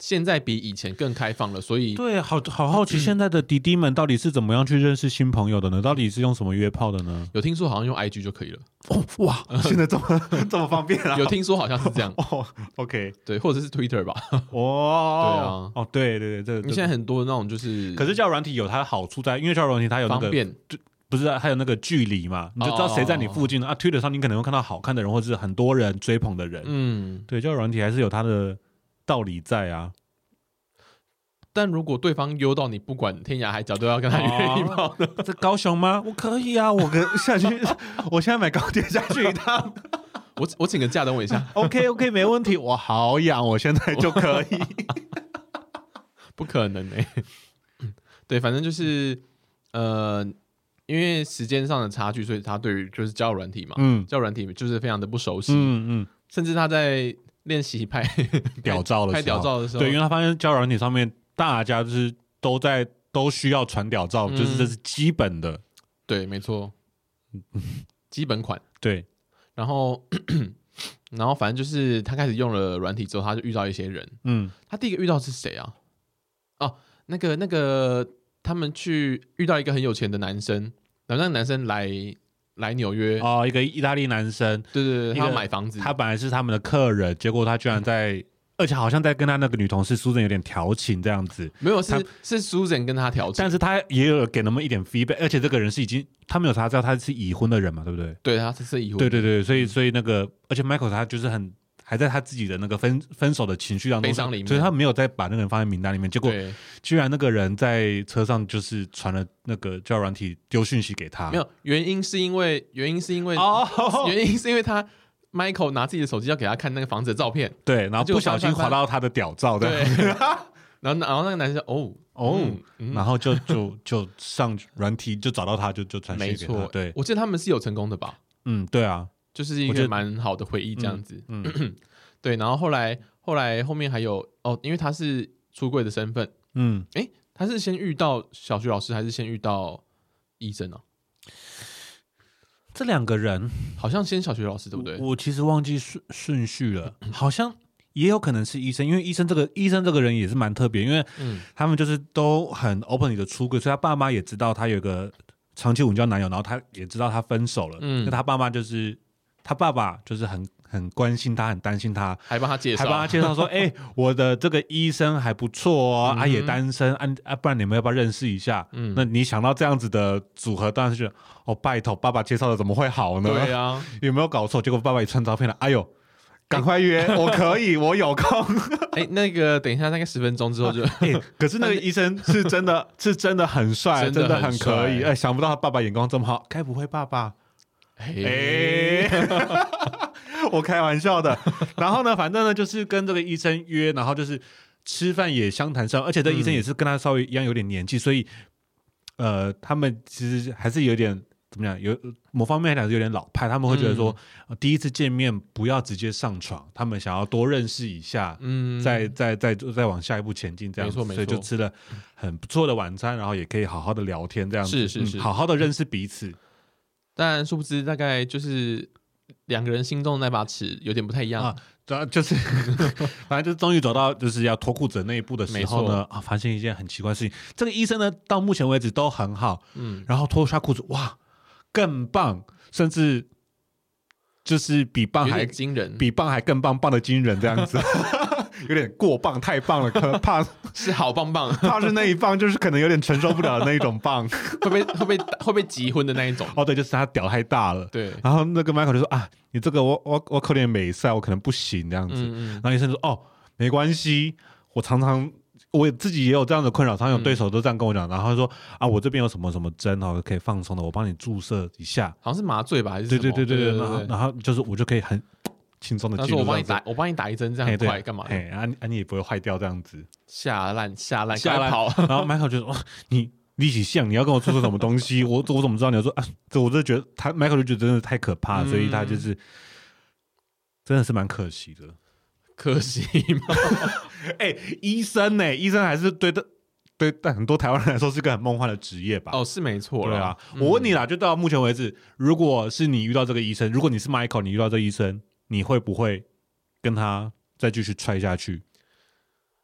S1: 现在比以前更开放了，所以
S2: 对，好好好奇现在的弟弟们到底是怎么样去认识新朋友的呢？到底是用什么约炮的呢？
S1: 有听说好像用 I G 就可以了。
S2: 哦哇，现在这么这么方便啊？
S1: 有听说好像是这样。
S2: 哦 ，OK，
S1: 对，或者是 Twitter 吧。
S2: 哦，
S1: 对啊，
S2: 哦，对对对，这个
S1: 你现在很多那种就是，
S2: 可是交友软体有它的好处在，因为交友软体它有那个
S1: 方便，
S2: 不是还有那个距离嘛，你就知道谁在你附近、哦、啊。Twitter 上你可能会看到好看的人，或者是很多人追捧的人。嗯，对，交友软体还是有它的道理在啊。
S1: 但如果对方优到你不管天涯海角都要跟他约一炮的，
S2: 在高雄吗？我可以啊，我跟下去，我现在买高铁下去一趟，
S1: 我我请个假等我一下。
S2: OK OK， 没问题，我好痒，我现在就可以。
S1: 不可能哎、欸，对，反正就是呃，因为时间上的差距，所以他对于就是交友软体嘛，嗯，交友软体就是非常的不熟悉，嗯嗯，甚至他在练习拍
S2: 屌照的时候，
S1: 拍屌照的时候，
S2: 对，因为他发现交友软体上面。大家就是都在都需要传屌照、嗯，就是这是基本的，
S1: 对，没错，基本款，
S2: 对。
S1: 然后，然后反正就是他开始用了软体之后，他就遇到一些人，嗯，他第一个遇到是谁啊？哦，那个那个，他们去遇到一个很有钱的男生，然后那个男生来来纽约，
S2: 哦，一个意大利男生，
S1: 对对对，他要买房子，
S2: 他本来是他们的客人，结果他居然在。嗯，而且好像在跟他那个女同事 Susan 有点调情这样子，
S1: 没有，是是 Susan 跟他调情，
S2: 但是他也有给那么一点 feedback， 而且这个人是已经他没有查知道他是已婚的人嘛，对不对？
S1: 对，他是已婚，
S2: 对对对，所以所以那个，而且 Michael 他就是很还在他自己的那个分分手的情绪当中，
S1: 悲伤里面，
S2: 所以他没有再把那个人放在名单里面，结果居然那个人在车上就是传了那个交友软体丢讯息给他，
S1: 没有原因是因为原因是因为、哦、原因是因为他。Michael 拿自己的手机要给他看那个房子的照片，
S2: 对，然后不小心滑到他的屌照，对，
S1: 然后然后那个男生就哦
S2: 哦、嗯嗯，然后就就就上软体就找到他，就就传讯给他，没错，
S1: 对，我记得他们是有成功的吧？
S2: 嗯，对啊，
S1: 就是一个蛮好的回忆这样子，嗯，嗯对，然后后来后来后面还有哦，因为他是出柜的身份，嗯，哎，他是先遇到小学老师还是先遇到医生啊？
S2: 这两个人
S1: 好像先小学老师对不对？
S2: 我, 我其实忘记顺顺序了，好像也有可能是医生，因为医生这个医生这个人也是蛮特别，因为他们就是都很 openly 的出柜，所以他爸妈也知道他有个长期稳交男友，然后他也知道他分手了，嗯，他爸妈就是他爸爸就是很很关心他，很担心他，
S1: 还帮他介绍，
S2: 还帮他介绍说，哎、欸，我的这个医生还不错哦，嗯、啊也单身，啊啊，不然你们要不要认识一下？嗯，那你想到这样子的组合，当然是觉得，哦，拜托，爸爸介绍的怎么会好呢？
S1: 对啊，
S2: 有没有搞错？结果爸爸一传照片了，哎呦，赶快约，欸、我可以，我有空。
S1: 哎、欸，那个等一下，大概十分钟之后就，
S2: 哎、欸，可是那个医生是真的是真的很帅，真的很可以，哎、欸，想不到他爸爸眼光这么好，该不会爸爸？哎、欸。我开玩笑的，然后呢，反正呢，就是跟这个医生约，然后就是吃饭也相谈甚，而且这医生也是跟他稍微一样有点年纪，所以呃，他们其实还是有点怎么样，有某方面来讲是有点老派，他们会觉得说、嗯呃、第一次见面不要直接上床，他们想要多认识一下，嗯，再再再再往下一步前进这样子，没错没错，所以就吃了很不错的晚餐，然后也可以好好的聊天这样子，
S1: 是是是、
S2: 嗯，好好的认识彼此。
S1: 但殊不知，大概就是两个人心中的那把尺有点不太一样
S2: 啊，就是反正就是终于走到就是要脱裤子的那一步的时候呢，啊，发现一件很奇怪的事情，这个医生呢到目前为止都很好，嗯，然后脱下裤子，哇，更棒，甚至就是比棒还
S1: 惊人，
S2: 比棒还更棒，棒的惊人这样子。有点过棒，太棒了，可怕
S1: 是好棒棒，
S2: 怕是那一棒就是可能有点承受不了的那一种棒，
S1: 会被会被会被击昏的那一种。
S2: 哦，对，就是他屌太大了。
S1: 对，
S2: 然后那个 Michael 就说啊，你这个我我我可能美赛，我可能不行这样子。嗯嗯，然后医生说哦，没关系，我常常我自己也有这样的困扰，常常有对手都这样跟我讲。嗯、然后他说啊，我这边有什么什么针哦，可以放松的，我帮你注射一下，
S1: 好像是麻醉吧，还是什么？
S2: 对对对对对，然后然后就是我就可以很。轻松的，
S1: 他说我帮你打，我帮你打一针，这样很快，干嘛？
S2: 哎，啊啊，你也不会坏掉这样子，
S1: 下烂下烂
S2: 下烂
S1: 跑。
S2: 然后 Michael 就说：“哦、你力气像，你要跟我注射什么东西？我我怎么知道？你要说啊？这我就觉得他 Michael 就觉得真的太可怕，嗯、所以他就是真的是蛮可惜的，
S1: 可惜吗？
S2: 哎、欸，医生呢、欸？医生还是对的。”对，但很多台湾人来说是个很梦幻的职业吧？
S1: 哦，是没错啦。
S2: 对啊，嗯、我问你啦，就到目前为止，如果是你遇到这个医生，如果你是 Michael， 你遇到这个医生，你会不会跟他再继续踹下去？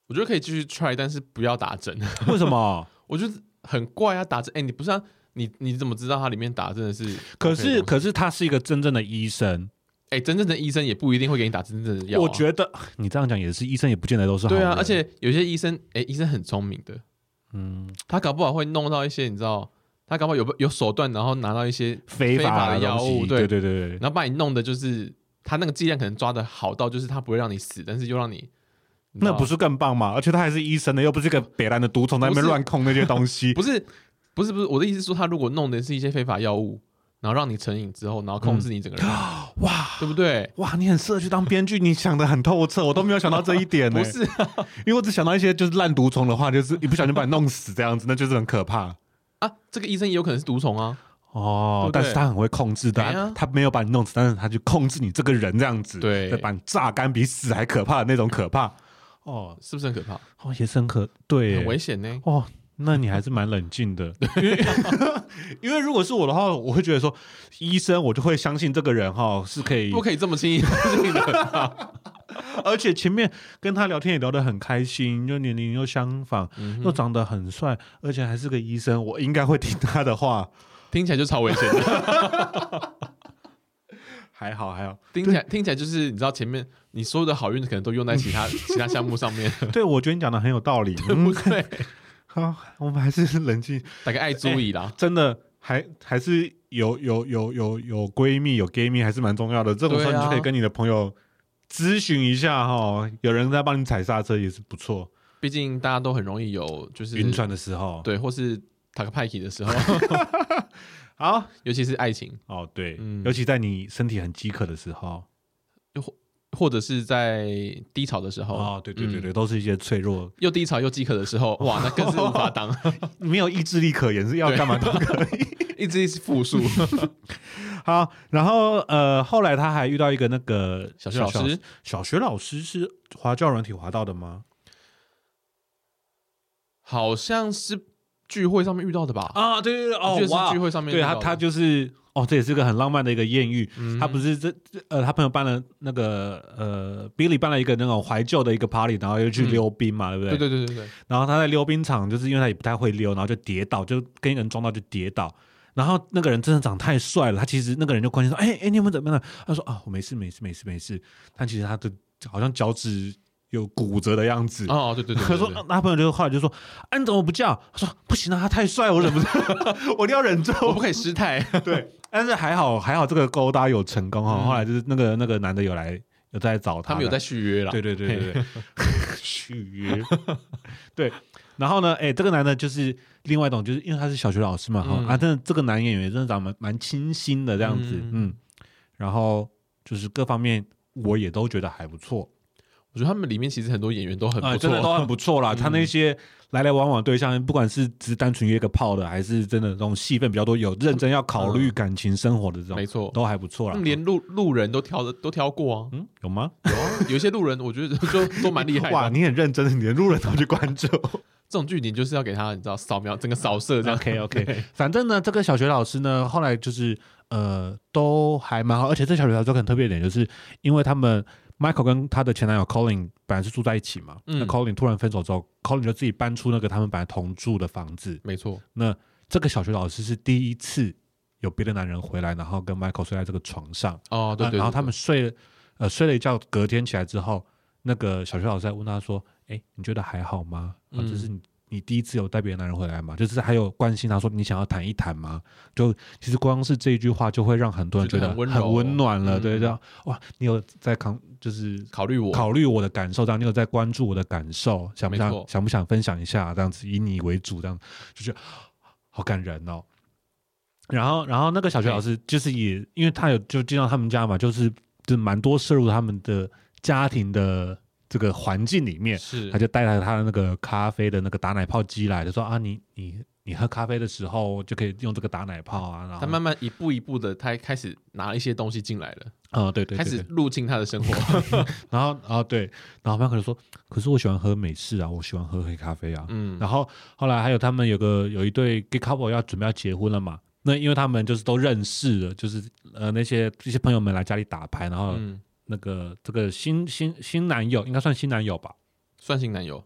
S1: 我觉得可以继续 try， 但是不要打针。
S2: 为什么？
S1: 我觉得很怪啊，打针。哎、欸，你不是、啊、你你怎么知道它里面打真的是？
S2: 可是可是他是一个真正的医生。
S1: 哎、欸，真正的医生也不一定会给你打真正的药、啊。
S2: 我觉得你这样讲也是，医生也不见得都是好人。
S1: 对啊，而且有些医生，哎、欸，医生很聪明的，嗯，他搞不好会弄到一些，你知道，他搞不好有有手段，然后拿到一些
S2: 非法
S1: 的药物，对
S2: 对对对，
S1: 然后把你弄的就是他那个剂量可能抓的好到，就是他不会让你死，但是又让你，
S2: 你那不是更棒吗？而且他还是医生的，又不是个北兰的毒虫在那边乱控那些东西。
S1: 不是不是不是，我的意思是说，他如果弄的是一些非法药物。然后让你成瘾之后，然后控制你整个人，嗯、
S2: 哇，
S1: 对不对？
S2: 哇，你很适合去当编剧，你想得很透彻，我都没有想到这一点呢、
S1: 欸。不是、啊，
S2: 因为我只想到一些就是烂毒虫的话，就是一不小心把你弄死这样子，那就是很可怕
S1: 啊。这个医生也有可能是毒虫啊，
S2: 哦，但是他很会控制的、啊，他没有把你弄死，但是他就控制你这个人这样子，
S1: 对，
S2: 把你榨干，比死还可怕的那种可怕。哦，
S1: 是不是很可怕？
S2: 哦，也是很可对，
S1: 很危险呢。
S2: 哦。那你还是蛮冷静的，因为因为如果是我的话，我会觉得说，医生我就会相信这个人哈是可以，
S1: 不可以这么轻易相信的。
S2: 而且前面跟他聊天也聊得很开心，又年龄又相仿，嗯、又长得很帅，而且还是个医生，我应该会听他的话。
S1: 听起来就超危险的。
S2: 还好还好，
S1: 听起来听起来就是你知道前面你所有的好运可能都用在其他其他项目上面。
S2: 对，我觉得你讲的很有道理，
S1: 对不对？
S2: 好，我们还是冷静，
S1: 大概爱注意啦。
S2: 欸、真的，还还是有有有有有闺蜜有 gay 蜜还是蛮重要的。这种时候你就可以跟你的朋友咨询一下哈，有人在帮你踩刹车也是不错。
S1: 毕竟大家都很容易有就是
S2: 晕船的时候，
S1: 对，或是打个派气的时候。
S2: 好，
S1: 尤其是爱情
S2: 哦，对，嗯、尤其在你身体很饥渴的时候。
S1: 或者是在低潮的时候，
S2: 哦，对对对对，嗯、都是一些脆弱
S1: 又低潮又饥渴的时候，哇，那更是无法当，
S2: 没有意志力可言，是要干嘛都可以，
S1: 意志力是负数。
S2: 好，然后呃，后来他还遇到一个那个
S1: 小学老师，
S2: 小学老师是滑教软体滑到的吗？
S1: 好像是聚会上面遇到的吧？
S2: 啊，对对对，哦，
S1: 哇，聚会上面
S2: 对他他就是。哦，这也是个很浪漫的一个艳遇。嗯、他不是这呃，他朋友办了那个呃 ，Billy 办了一个那种怀旧的一个 party， 然后又去溜冰嘛，嗯、对不对？
S1: 对对对对对。
S2: 然后他在溜冰场，就是因为他也不太会溜，然后就跌倒，就跟一个人撞到就跌倒。然后那个人真的长太帅了，他其实那个人就关心说：“哎、欸、哎，你们怎么样？”他说：“啊，我没事没事没事没事。”但其实他的好像脚趾。有骨折的样子
S1: 哦，对对 对, 對, 對，
S2: 他说他朋友就后来就说：“啊，你怎么不叫？”他说：“不行啊，他太帅，我忍不住，我一定要忍住，
S1: 我不可以失态。”
S2: 对，但是还好还好这个勾搭有成功哈、嗯。后来就是那个那个男的有来有在找他，
S1: 他们有在续约了。
S2: 对对对对对，续约。对，然后呢，哎、欸，这个男的就是另外一种，就是因为他是小学老师嘛，哈、嗯、啊，真的这个男演员真的长得蛮蛮清新的这样子，嗯, 嗯，然后就是各方面我也都觉得还不错。
S1: 我觉得他们里面其实很多演员都很不错、呃，
S2: 真的都很不错啦。嗯、他那些来来往往对象，不管是只是单纯约个炮的，还是真的这种戏份比较多，有认真要考虑感情生活的这种，
S1: 没、嗯、错，
S2: 都还不错啦。
S1: 他们连路路人都挑的都挑过啊，
S2: 嗯，有吗？
S1: 有啊，有一些路人我觉得就都蛮厉害的。
S2: 哇，你很认真，你连路人都去关注。
S1: 这种剧情就是要给他，你知道扫描整个扫射这样。
S2: OK OK， 反正呢，这个小学老师呢，后来就是呃，都还蛮好，而且这小学老师很特别一点，就是因为他们。Michael 跟他的前男友 Colin 本来是住在一起嘛，嗯、那 Colin 突然分手之后 ，Colin 就自己搬出那个他们本来同住的房子。
S1: 没错，
S2: 那这个小学老师是第一次有别的男人回来，然后跟 Michael 睡在这个床上。
S1: 哦，对 对, 对, 对。
S2: 然后他们睡了，呃，睡了一觉，隔天起来之后，那个小学老师在问他说：“哎，你觉得还好吗？嗯、啊，这是你你第一次有带别的男人回来吗？就是还有关心他说你想要谈一谈吗？就其实光是这一句话就会让很多人觉得很温暖了，嗯、对，这样哇，你有在考就是
S1: 考虑我
S2: 考虑我的感受，这样你有在关注我的感受，想不想想不想分享一下？这样子以你为主，这样就觉得好感人哦。然后然后那个小学老师就是也因为他有就进到他们家嘛，就是就蛮多摄入他们的家庭的。这个环境里面，
S1: 是
S2: 他就带来他的那个咖啡的那个打奶泡机来，就说啊，你你你喝咖啡的时候就可以用这个打奶泡啊。然后
S1: 他慢慢一步一步的，他开始拿一些东西进来了。
S2: 哦，对 对, 對, 對，
S1: 开始入侵他的生活。
S2: 然后啊对，然后他可能说，可是我喜欢喝美式啊，我喜欢喝黑咖啡啊。嗯，然后后来还有他们有个有一对 gay couple 要准备要结婚了嘛，那因为他们就是都认识了，就是呃那些这些朋友们来家里打牌，然后。嗯那个这个新新新男友应该算新男友吧，
S1: 算新男友，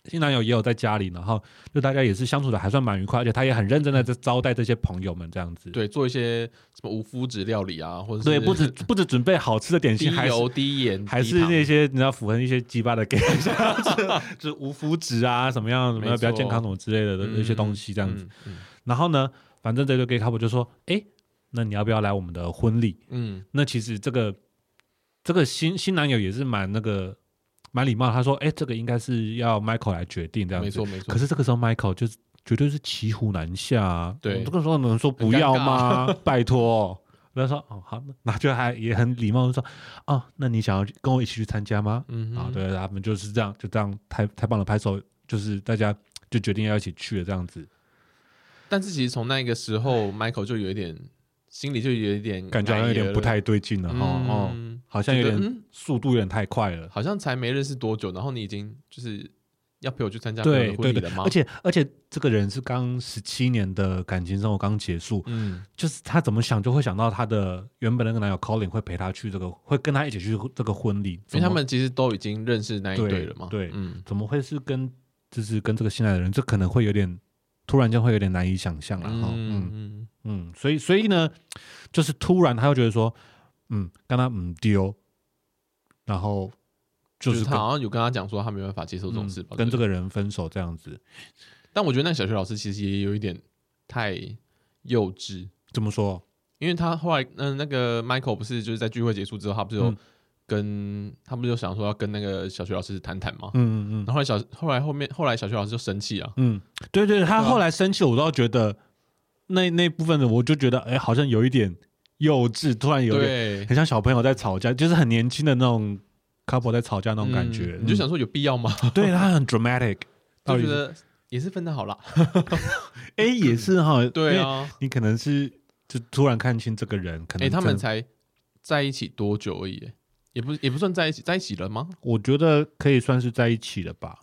S2: 新男友也有在家里，然后就大家也是相处的还算蛮愉快，而且他也很认真的在招待这些朋友们这样子。
S1: 对，做一些什么无麸质料理啊，或者
S2: 对，不止不止准备好吃的点心，
S1: 低油低盐，
S2: 还是那些你要符合一些鸡巴的给一下，就是无麸质啊，什么样什么样比较健康什么之类的那些东西这样子。嗯嗯、然后呢，反正这个 gay couple 就说，哎，那你要不要来我们的婚礼？嗯，那其实这个这个新新男友也是蛮那个。蛮礼貌，他说：“哎、欸，这个应该是要 Michael 来决定这样子，
S1: 没错没错。
S2: 可是这个时候 Michael 就是绝对是骑虎难下、啊，
S1: 对，
S2: 这个时候能说不要吗？拜托，他说哦好，那就还也很礼貌的说，哦，那你想要跟我一起去参加吗？嗯啊，对，他们就是这样，就这样太太棒了，拍手，就是大家就决定要一起去了这样子。
S1: 但是其实从那个时候 ，Michael 就有一点心里就有一点
S2: 感觉好像有点不太对劲了哈、嗯、哦。”好像有点速度有点太快了，
S1: 好像才没认识多久，然后你已经就是要陪我去参加朋友的婚礼了吗？
S2: 而且而且这个人是刚十七年的感情生活刚结束，嗯，就是他怎么想就会想到他的原本那个男友 Colin 会陪他去这个，会跟他一起去这个婚礼，
S1: 因为他们其实都已经认识那一对了嘛，
S2: 对，嗯，怎么会是跟就是跟这个新来的人，这可能会有点突然间会有点难以想象了哈，嗯嗯嗯，所以所以呢，就是突然他又觉得说。嗯，跟他唔丢，然后就是、
S1: 就是他好像有跟他讲说他没办法接受这种事吧、
S2: 嗯，跟这个人分手这样子。
S1: 但我觉得那小学老师其实也有一点太幼稚。
S2: 怎么说？
S1: 因为他后来，嗯、呃，那个 Michael 不是就是在聚会结束之后，他不是有跟、嗯、他不是有想说要跟那个小学老师谈谈吗？嗯嗯嗯。然后后来小后来后面后来小学老师就生气啊。
S2: 嗯，对对，他后来生气，我倒觉得那那部分的，我就觉得哎、欸，好像有一点。幼稚，突然有点很像小朋友在吵架，就是很年轻的那种 couple 在吵架那种感觉。
S1: 嗯、你就想说有必要吗？
S2: 对，他很 dramatic，
S1: 就觉得也是分得好啦。
S2: 哎、欸，也是哈，
S1: 对啊，
S2: 你可能是就突然看清这个人，可能哎、欸，
S1: 他们才在一起多久而已，也不也不算在一起，在一起了吗？
S2: 我觉得可以算是在一起了吧。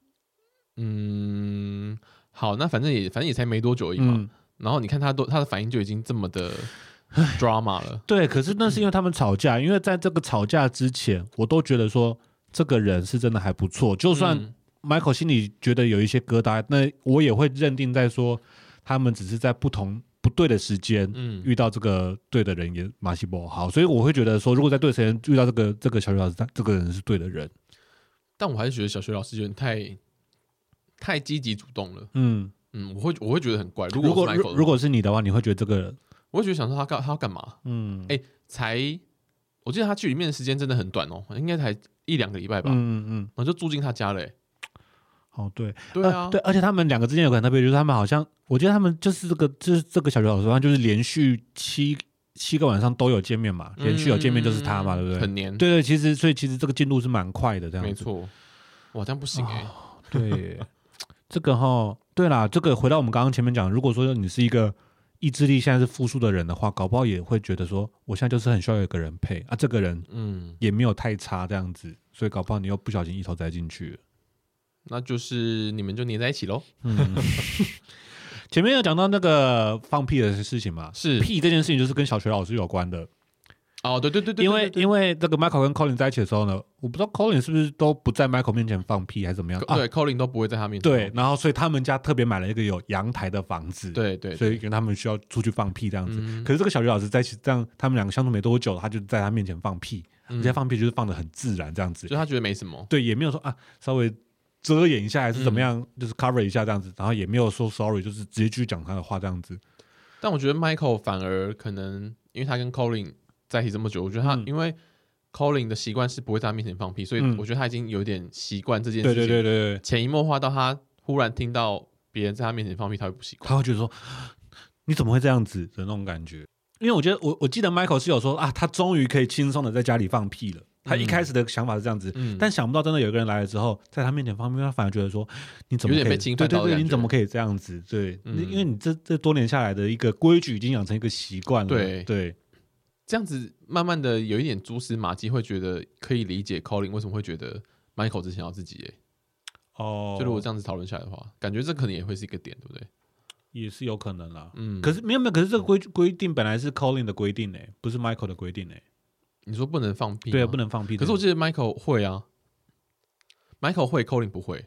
S1: 嗯，好，那反正也反正也才没多久而已嘛。嗯、然后你看他都他的反应就已经这么的。drama 了，
S2: 对，可是那是因为他们吵架，因为在这个吵架之前，我都觉得说这个人是真的还不错，就算 Michael 心里觉得有一些疙瘩，那我也会认定在说他们只是在不同不对的时间遇到这个对的人也马西不好，所以我会觉得说，如果在对的时间遇到这个这个小学老师，这个人是对的人，
S1: 但我还是觉得小学老师有点太太积极主动了，嗯嗯，我会我会觉得很怪。如果
S2: 如果如果是你的话，你会觉得这个人。
S1: 我会觉得想说他干他要干嘛？嗯，哎、欸，才我记得他去里面的时间真的很短哦，应该才一两个礼拜吧。嗯嗯嗯，然后就住进他家了、欸。
S2: 哦，对，
S1: 对啊、
S2: 呃，对，而且他们两个之间有个很特别，就是他们好像，我觉得他们就是这个，就是这个小学老师，他就是连续七七个晚上都有见面嘛，连续有见面就是他嘛，嗯、对不对？
S1: 很黏。
S2: 对对，其实所以其实这个进度是蛮快的，这样子。
S1: 没错。哇，这样不行哎、欸哦。
S2: 对，这个哈，对啦，这个回到我们刚刚前面讲，如果说你是一个。意志力现在是负数的人的话，搞不好也会觉得说，我现在就是很需要有一个人陪啊，这个人嗯也没有太差这样子，所以搞不好你又不小心一头栽进去了，
S1: 那就是你们就黏在一起喽。
S2: 嗯，前面有讲到那个放屁的事情嘛，
S1: 是
S2: 屁这件事情就是跟小学老师有关的。
S1: 哦，对对对对，
S2: 因为因为这个 Michael 跟 Colin 在一起的时候呢，我不知道 Colin 是不是都不在 Michael 面前放屁还是怎么样？
S1: 对、啊、，Colin 都不会在他面前。
S2: 对，然后所以他们家特别买了一个有阳台的房子，
S1: 对 对, 对，
S2: 所以跟他们需要出去放屁这样子。嗯、可是这个小学老师在一起这样，他们两个相处没多久，他就在他面前放屁，嗯、而且放屁就是放得很自然这样子，
S1: 就他觉得没什么，
S2: 对，也没有说啊稍微遮掩一下还是怎么样，嗯、就是 cover 一下这样子，然后也没有说 sorry， 就是直接继续讲他的话这样子。
S1: 但我觉得 Michael 反而可能因为他跟 Colin。在一起这么久，我觉得他、嗯、因为 Colin 的习惯是不会在他面前放屁，所以我觉得他已经有点习惯这件事情。对对对对，潜移默化到他忽然听到别人在他面前放屁，他会不习惯，
S2: 他会觉得说你怎么会这样子的那种感觉。因为我觉得我我记得 Michael 是有说啊，他终于可以轻松的在家里放屁了。他一开始的想法是这样子，嗯、但想不到真的有一个人来了之后，在他面前放屁，他反而觉得说你怎么可以
S1: 有点被侵犯到的感觉，
S2: 对对对，你怎么可以这样子？对，嗯、因为你这这多年下来的一个规矩已经养成一个习惯了。
S1: 对
S2: 对。
S1: 这样子慢慢的有一点蛛丝马迹，会觉得可以理解 Colin 为什么会觉得 Michael 只想要自己、欸。哦，就如果这样子讨论下来的话，感觉这可能也会是一个点，对不对？
S2: 也是有可能啦。嗯，可是没有没有，可是这个规规定本来是 Colin 的规定诶、欸，不是 Michael 的规定诶、欸。
S1: 你说不能放屁？
S2: 对啊，不能放屁。
S1: 可是我记得 Michael 会啊 ，Michael 会 ，Colin 不会。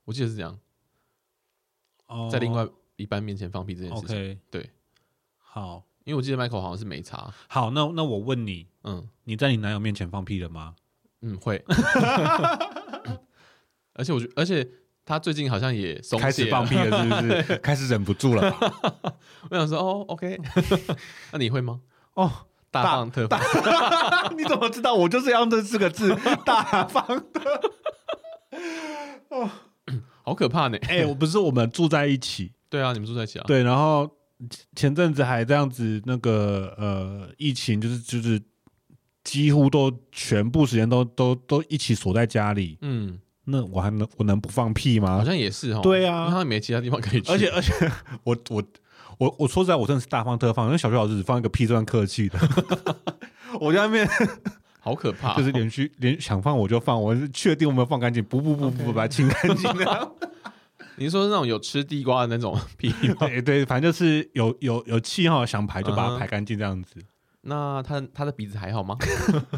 S1: 我记得是这样。哦，在另外一半面前放屁这件事情。Okay. 对，
S2: 好，
S1: 因为我记得 Michael 好像是没差。
S2: 好，那那我问你，嗯，你在你男友面前放屁了吗？
S1: 嗯，会。而且我觉得，而且他最近好像也松懈了，
S2: 开始放屁了，是不是？开始忍不住了吧。
S1: 我想说，哦 ，OK， 那你会吗？
S2: 哦，
S1: 大放特放。
S2: 你怎么知道？我就是要这四个字，大放的。
S1: 哦，好可怕呢！
S2: 哎、欸，我不是我们住在一起。
S1: 对啊，你们住在一起啊。
S2: 对，然后前阵子还这样子，那个呃，疫情就是就是几乎都全部时间都都都一起锁在家里。嗯。那我还能我能不放屁吗？
S1: 好像也是哦。
S2: 对啊，
S1: 因为他没其他地方可以去。
S2: 而且而且，我我我我说实在，我真的是大放特放。因为小学老师只放一个屁，算客气的。我在那边
S1: 好可怕、哦，
S2: 就是连续连想放我就放，我是确定我们放干净，不不不不， okay. 把它清干净的。
S1: 你说是那种有吃地瓜的那种屁吗？
S2: 对对，反正就是有有有气哈，想排就把它排干净这样子。Uh-huh.
S1: 那他他的鼻子还好吗？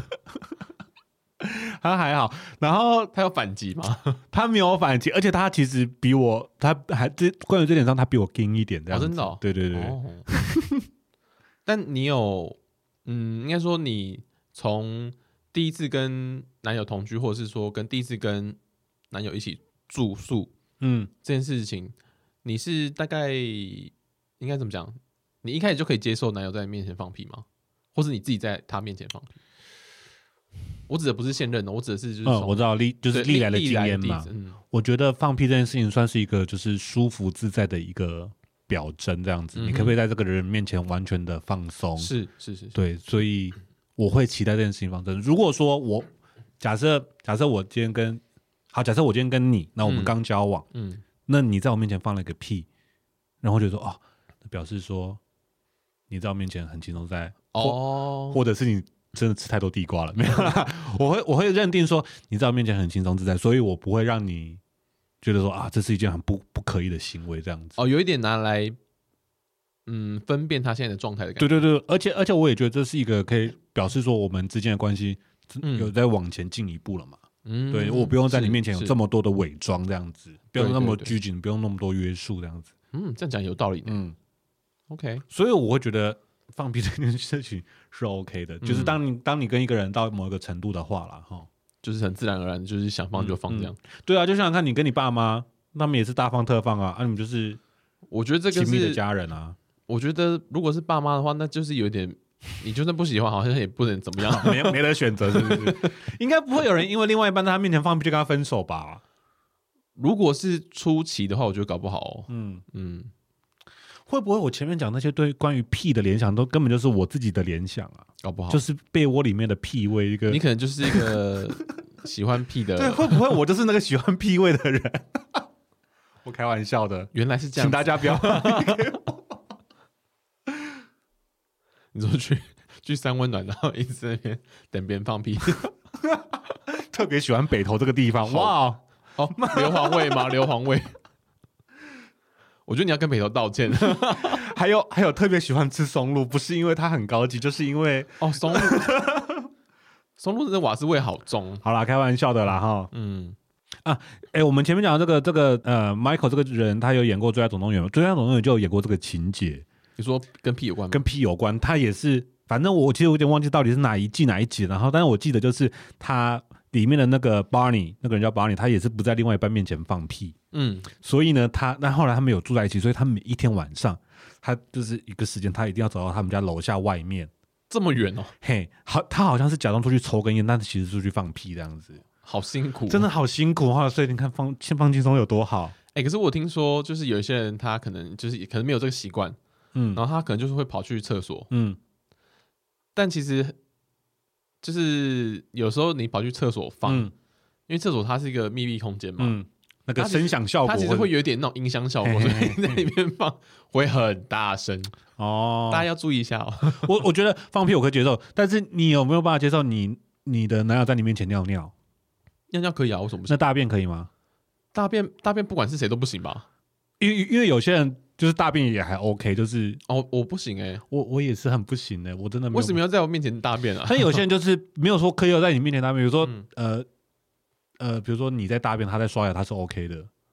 S2: 他还好，然后
S1: 他有反击吗？
S2: 他没有反击，而且他其实比我，他还这关于这点上，他比我硬一点这样子。
S1: 哦，真的、哦？
S2: 对对对。哦、
S1: 但你有，嗯，应该说你从第一次跟男友同居，或者是说跟第一次跟男友一起住宿，嗯，这件事情，你是大概应该怎么讲？你一开始就可以接受男友在你面前放屁吗？或是你自己在他面前放屁？我指的不是现任的，我指的是就是、
S2: 嗯、我知道历就是历来的经验嘛、嗯。我觉得放屁这件事情算是一个就是舒服自在的一个表征，这样子、嗯，你可不可以在这个人面前完全的放松？
S1: 是是 是, 是，
S2: 对，所以我会期待这件事情发生。如果说我假设假设我今天跟好，假设我今天跟你，那我们刚交往，嗯，嗯那你在我面前放了个屁，然后就说哦，表示说你在我面前很轻松在哦，或者是你。真的吃太多地瓜了，没有啦。我会我会认定说你在我面前很轻松自在，所以我不会让你觉得说啊，这是一件很不不可以的行为这样子。
S1: 哦，有一点拿来嗯分辨他现在的状态的感觉。
S2: 对对对，而且而且我也觉得这是一个可以表示说我们之间的关系有在往前进一步了嘛。嗯，对我不用在你面前有这么多的伪装这样子，不用那么拘谨，不用那么多约束这样子。
S1: 嗯，这样讲有道理。嗯 ，OK，
S2: 所以我会觉得。放屁这件事情是 OK 的，嗯、就是当你当你跟一个人到某一个程度的话啦，哈，
S1: 就是很自然而然，就是想放就放这样。嗯嗯、
S2: 对啊，就想想看你跟你爸妈，他们也是大放特放啊，啊，你们就是，
S1: 我觉得这个
S2: 亲密的家人啊。
S1: 我觉得如果是爸妈的话，那就是有点，你就算不喜欢，好像也不能怎么样，
S2: 没没得选择，是不是？应该不会有人因为另外一半在他面前放屁就跟他分手吧？
S1: 如果是初期的话，我觉得搞不好、哦，嗯嗯。
S2: 会不会我前面讲那些对关于屁的联想都根本就是我自己的联想啊？
S1: 搞不好
S2: 就是被窝里面的屁味一个，
S1: 你可能就是一个喜欢屁的。
S2: 对，会不会我就是那个喜欢屁味的人？我开玩笑的，
S1: 原来是这样，
S2: 请大家不要。
S1: 你说去去三温暖，然后一直在那边等别人放屁，
S2: 特别喜欢北投这个地方。哇，
S1: 哦，硫磺味吗？硫磺味。我觉得你要跟北投道歉。
S2: 还有还有特别喜欢吃松露，不是因为它很高级，就是因为
S1: 哦松露，松露的瓦斯味好重。
S2: 好啦，开玩笑的啦哈。嗯啊，哎、欸，我们前面讲的这个这个呃 ，Michael 这个人，他有演过《最佳总动员》，《最佳总动员》就有演过这个情节。
S1: 你说跟屁有关吗？
S2: 跟屁有关，他也是，反正我其实有点忘记到底是哪一季哪一集，然后但是我记得就是他里面的那个 Barney， 那个人叫 Barney， 他也是不在另外一半面前放屁。嗯，所以呢，他那后来他们有住在一起，所以他们每一天晚上，他就是一个时间，他一定要走到他们家楼下外面，
S1: 这么远哦。
S2: 嘿，好，他好像是假装出去抽根烟，但是其实出去放屁这样子，
S1: 好辛苦，
S2: 真的好辛苦哈。所以你看放放轻松有多好。
S1: 哎、欸，可是我听说，就是有一些人他可能就是可能没有这个习惯，嗯，然后他可能就是会跑去厕所，嗯，但其实就是有时候你跑去厕所放，嗯、因为厕所它是一个密闭空间嘛。嗯，
S2: 那个声响效果，
S1: 它其实会有一点那种音箱效果，嘿嘿嘿，所以在里面放会很大声哦。大家要注意一下哦。
S2: 我我觉得放屁我可以接受，但是你有没有办法接受你你的男友在你面前尿尿？
S1: 尿尿可以啊，为什么不行？
S2: 那大便可以吗？
S1: 大便大便不管是谁都不行吧？
S2: 因为因为有些人就是大便也还 OK， 就是
S1: 哦我不行哎、欸，
S2: 我我也是很不行哎、欸，我真的没有。
S1: 为什么要在我面前大便啊？
S2: 但有些人就是没有说刻意在你面前大便，比如说、嗯、呃。呃，比如说你在大便，他在刷牙，他是 OK 的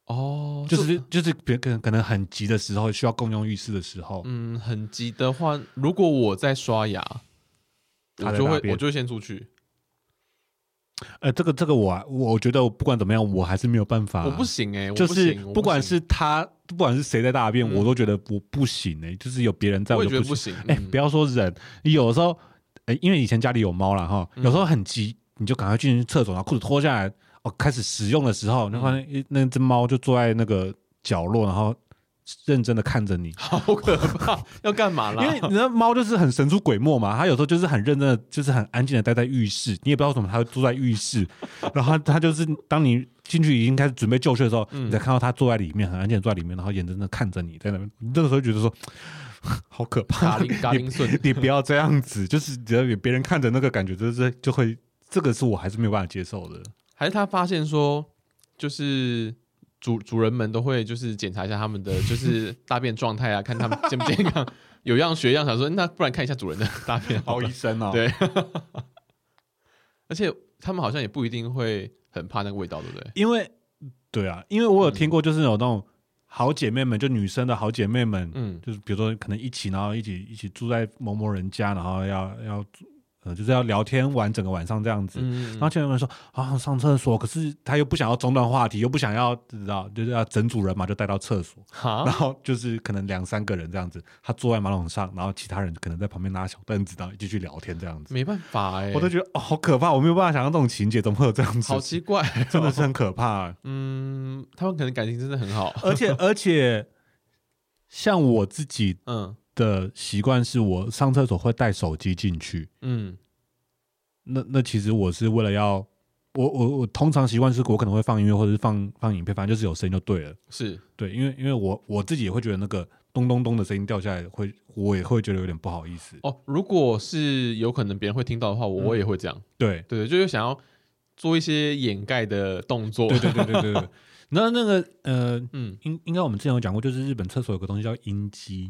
S1: 哦，
S2: 就是就是别可能可能很急的时候，需要共用浴室的时候，
S1: 嗯，很急的话，如果我在刷牙，我就会我就会先出去。
S2: 呃，这个这个我我觉得不管怎么样，我还是没有办法，
S1: 我不行哎、欸，
S2: 就是
S1: 不
S2: 管是他，不管是谁在大便，
S1: 嗯、
S2: 我都觉得我不行哎、欸，就是有别人在，
S1: 我也觉得不行。
S2: 哎、欸嗯，不要说人，你有的时候，哎、欸，因为以前家里有猫啦哈，有时候很急，你就赶快进去厕所，然后裤子脱下来，哦，开始使用的时候，你发现那只猫就坐在那个角落，然后认真的看着你，
S1: 好可怕！要干嘛啦？
S2: 因为你知道猫就是很神出鬼没嘛，它有时候就是很认真的，就是很安静的待在浴室，你也不知道为什么它会坐在浴室，然后它就是当你进去已经开始准备就绪的时候，嗯、你才看到它坐在里面，很安静的坐在里面，然后眼睁睁看着你在那边，你这个时候觉得说好可怕，
S1: 嘎铃嘎铃顺，
S2: 你不要这样子，就是只要有别人看着那个感觉，就是就会这个是我还是没有办法接受的。
S1: 还是他发现说，就是主主人们都会就是检查一下他们的就是大便状态啊，看他们健不健康，有样学样，想说那不然看一下主人的大便好。
S2: 好医生哦，
S1: 对，而且他们好像也不一定会很怕那个味道，对不对？
S2: 因为对啊，因为我有听过，就是有那种好姐妹们，就女生的好姐妹们，嗯，就是比如说可能一起，然后一起一起住在某某人家，然后要要。呃，就是要聊天玩整个晚上这样子，嗯、然后前面说啊上厕所，可是他又不想要中断话题，又不想要知道，就是要整组人嘛，就带到厕所，然后就是可能两三个人这样子，他坐在马桶上，然后其他人可能在旁边拿小凳子，然后继续聊天这样子。
S1: 没办法哎、欸，
S2: 我都觉得哦好可怕，我没有办法想象这种情节，怎么会有这样子？
S1: 好奇怪、哦，
S2: 真的是很可怕、欸。
S1: 嗯，他们可能感情真的很好，
S2: 而且而且像我自己嗯的习惯是我上厕所会带手机进去，嗯。那那其实我是为了要，我我我通常习惯是我可能会放音乐或者是放放影片，反正就是有声音就对了。
S1: 是
S2: 对，因为因为我我自己也会觉得那个咚咚咚的声音掉下来会，我也会觉得有点不好意思。
S1: 哦，如果是有可能别人会听到的话，我、嗯、我也会这样。
S2: 对
S1: 对，就是想要做一些掩盖的动作。
S2: 对对对对对对。那那个呃嗯，应应该我们之前有讲过，就是日本厕所有个东西叫音机，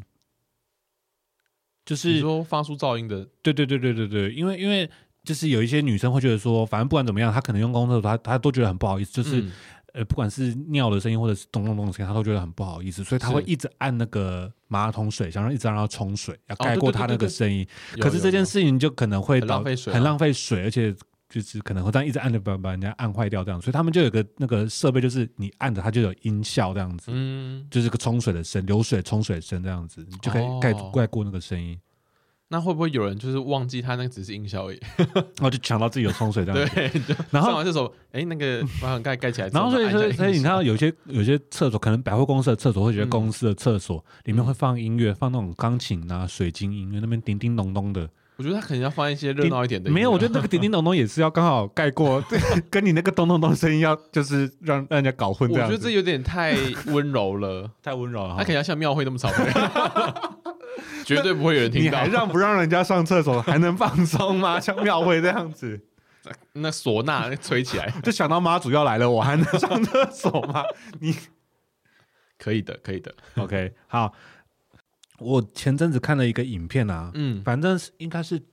S2: 就是
S1: 你说发出噪音的。
S2: 对对对对对对，因为因为。就是有一些女生会觉得说，反正不管怎么样，她可能用公厕所，她她都觉得很不好意思。就是、嗯、呃，不管是尿的声音或者是咚咚咚的声音，她都觉得很不好意思，所以她会一直按那个马桶水，想让一直让它冲水，要盖过她那个声音。哦、可是这件事情就可能会导
S1: 很浪费水、啊，
S2: 很浪费水，而且就是可能会这样一直按着把把人家按坏掉这样。所以他们就有个那个设备，就是你按着它就有音效这样子，嗯，就是个冲水的声、流水冲水声这样子，你就可以盖盖过那个声音。
S1: 那会不会有人就是忘记他那个只是音效而已，
S2: 然后就抢到自己有冲水这样子？
S1: 对，然后上完厕所，哎、欸，那个马桶盖盖起来之后，
S2: 然后所以所以所以你看到有些有些厕所，可能百货公司的厕所或者公司的厕所、嗯、里面会放音乐，放那种钢琴啊、水晶音乐，那边叮叮咚咚的。
S1: 我觉得他可能要放一些热闹一点的音乐。
S2: 没有，我觉得那个叮叮咚咚也是要刚好盖过，跟你那个咚咚咚声音要就是让让人家搞混这样子。
S1: 我觉得这有点太温柔了，
S2: 太温柔了。
S1: 他可能要像庙会那么吵。绝对不会有人听到。
S2: 你还让不让人家上厕所还能放松吗？像庙会这样子，
S1: 那唢呐吹起来，
S2: 就想到妈祖要来了，我还能上厕所吗？你
S1: 可以的，可以的。
S2: OK， 好。我前阵子看了一个影片啊，嗯，反正应该是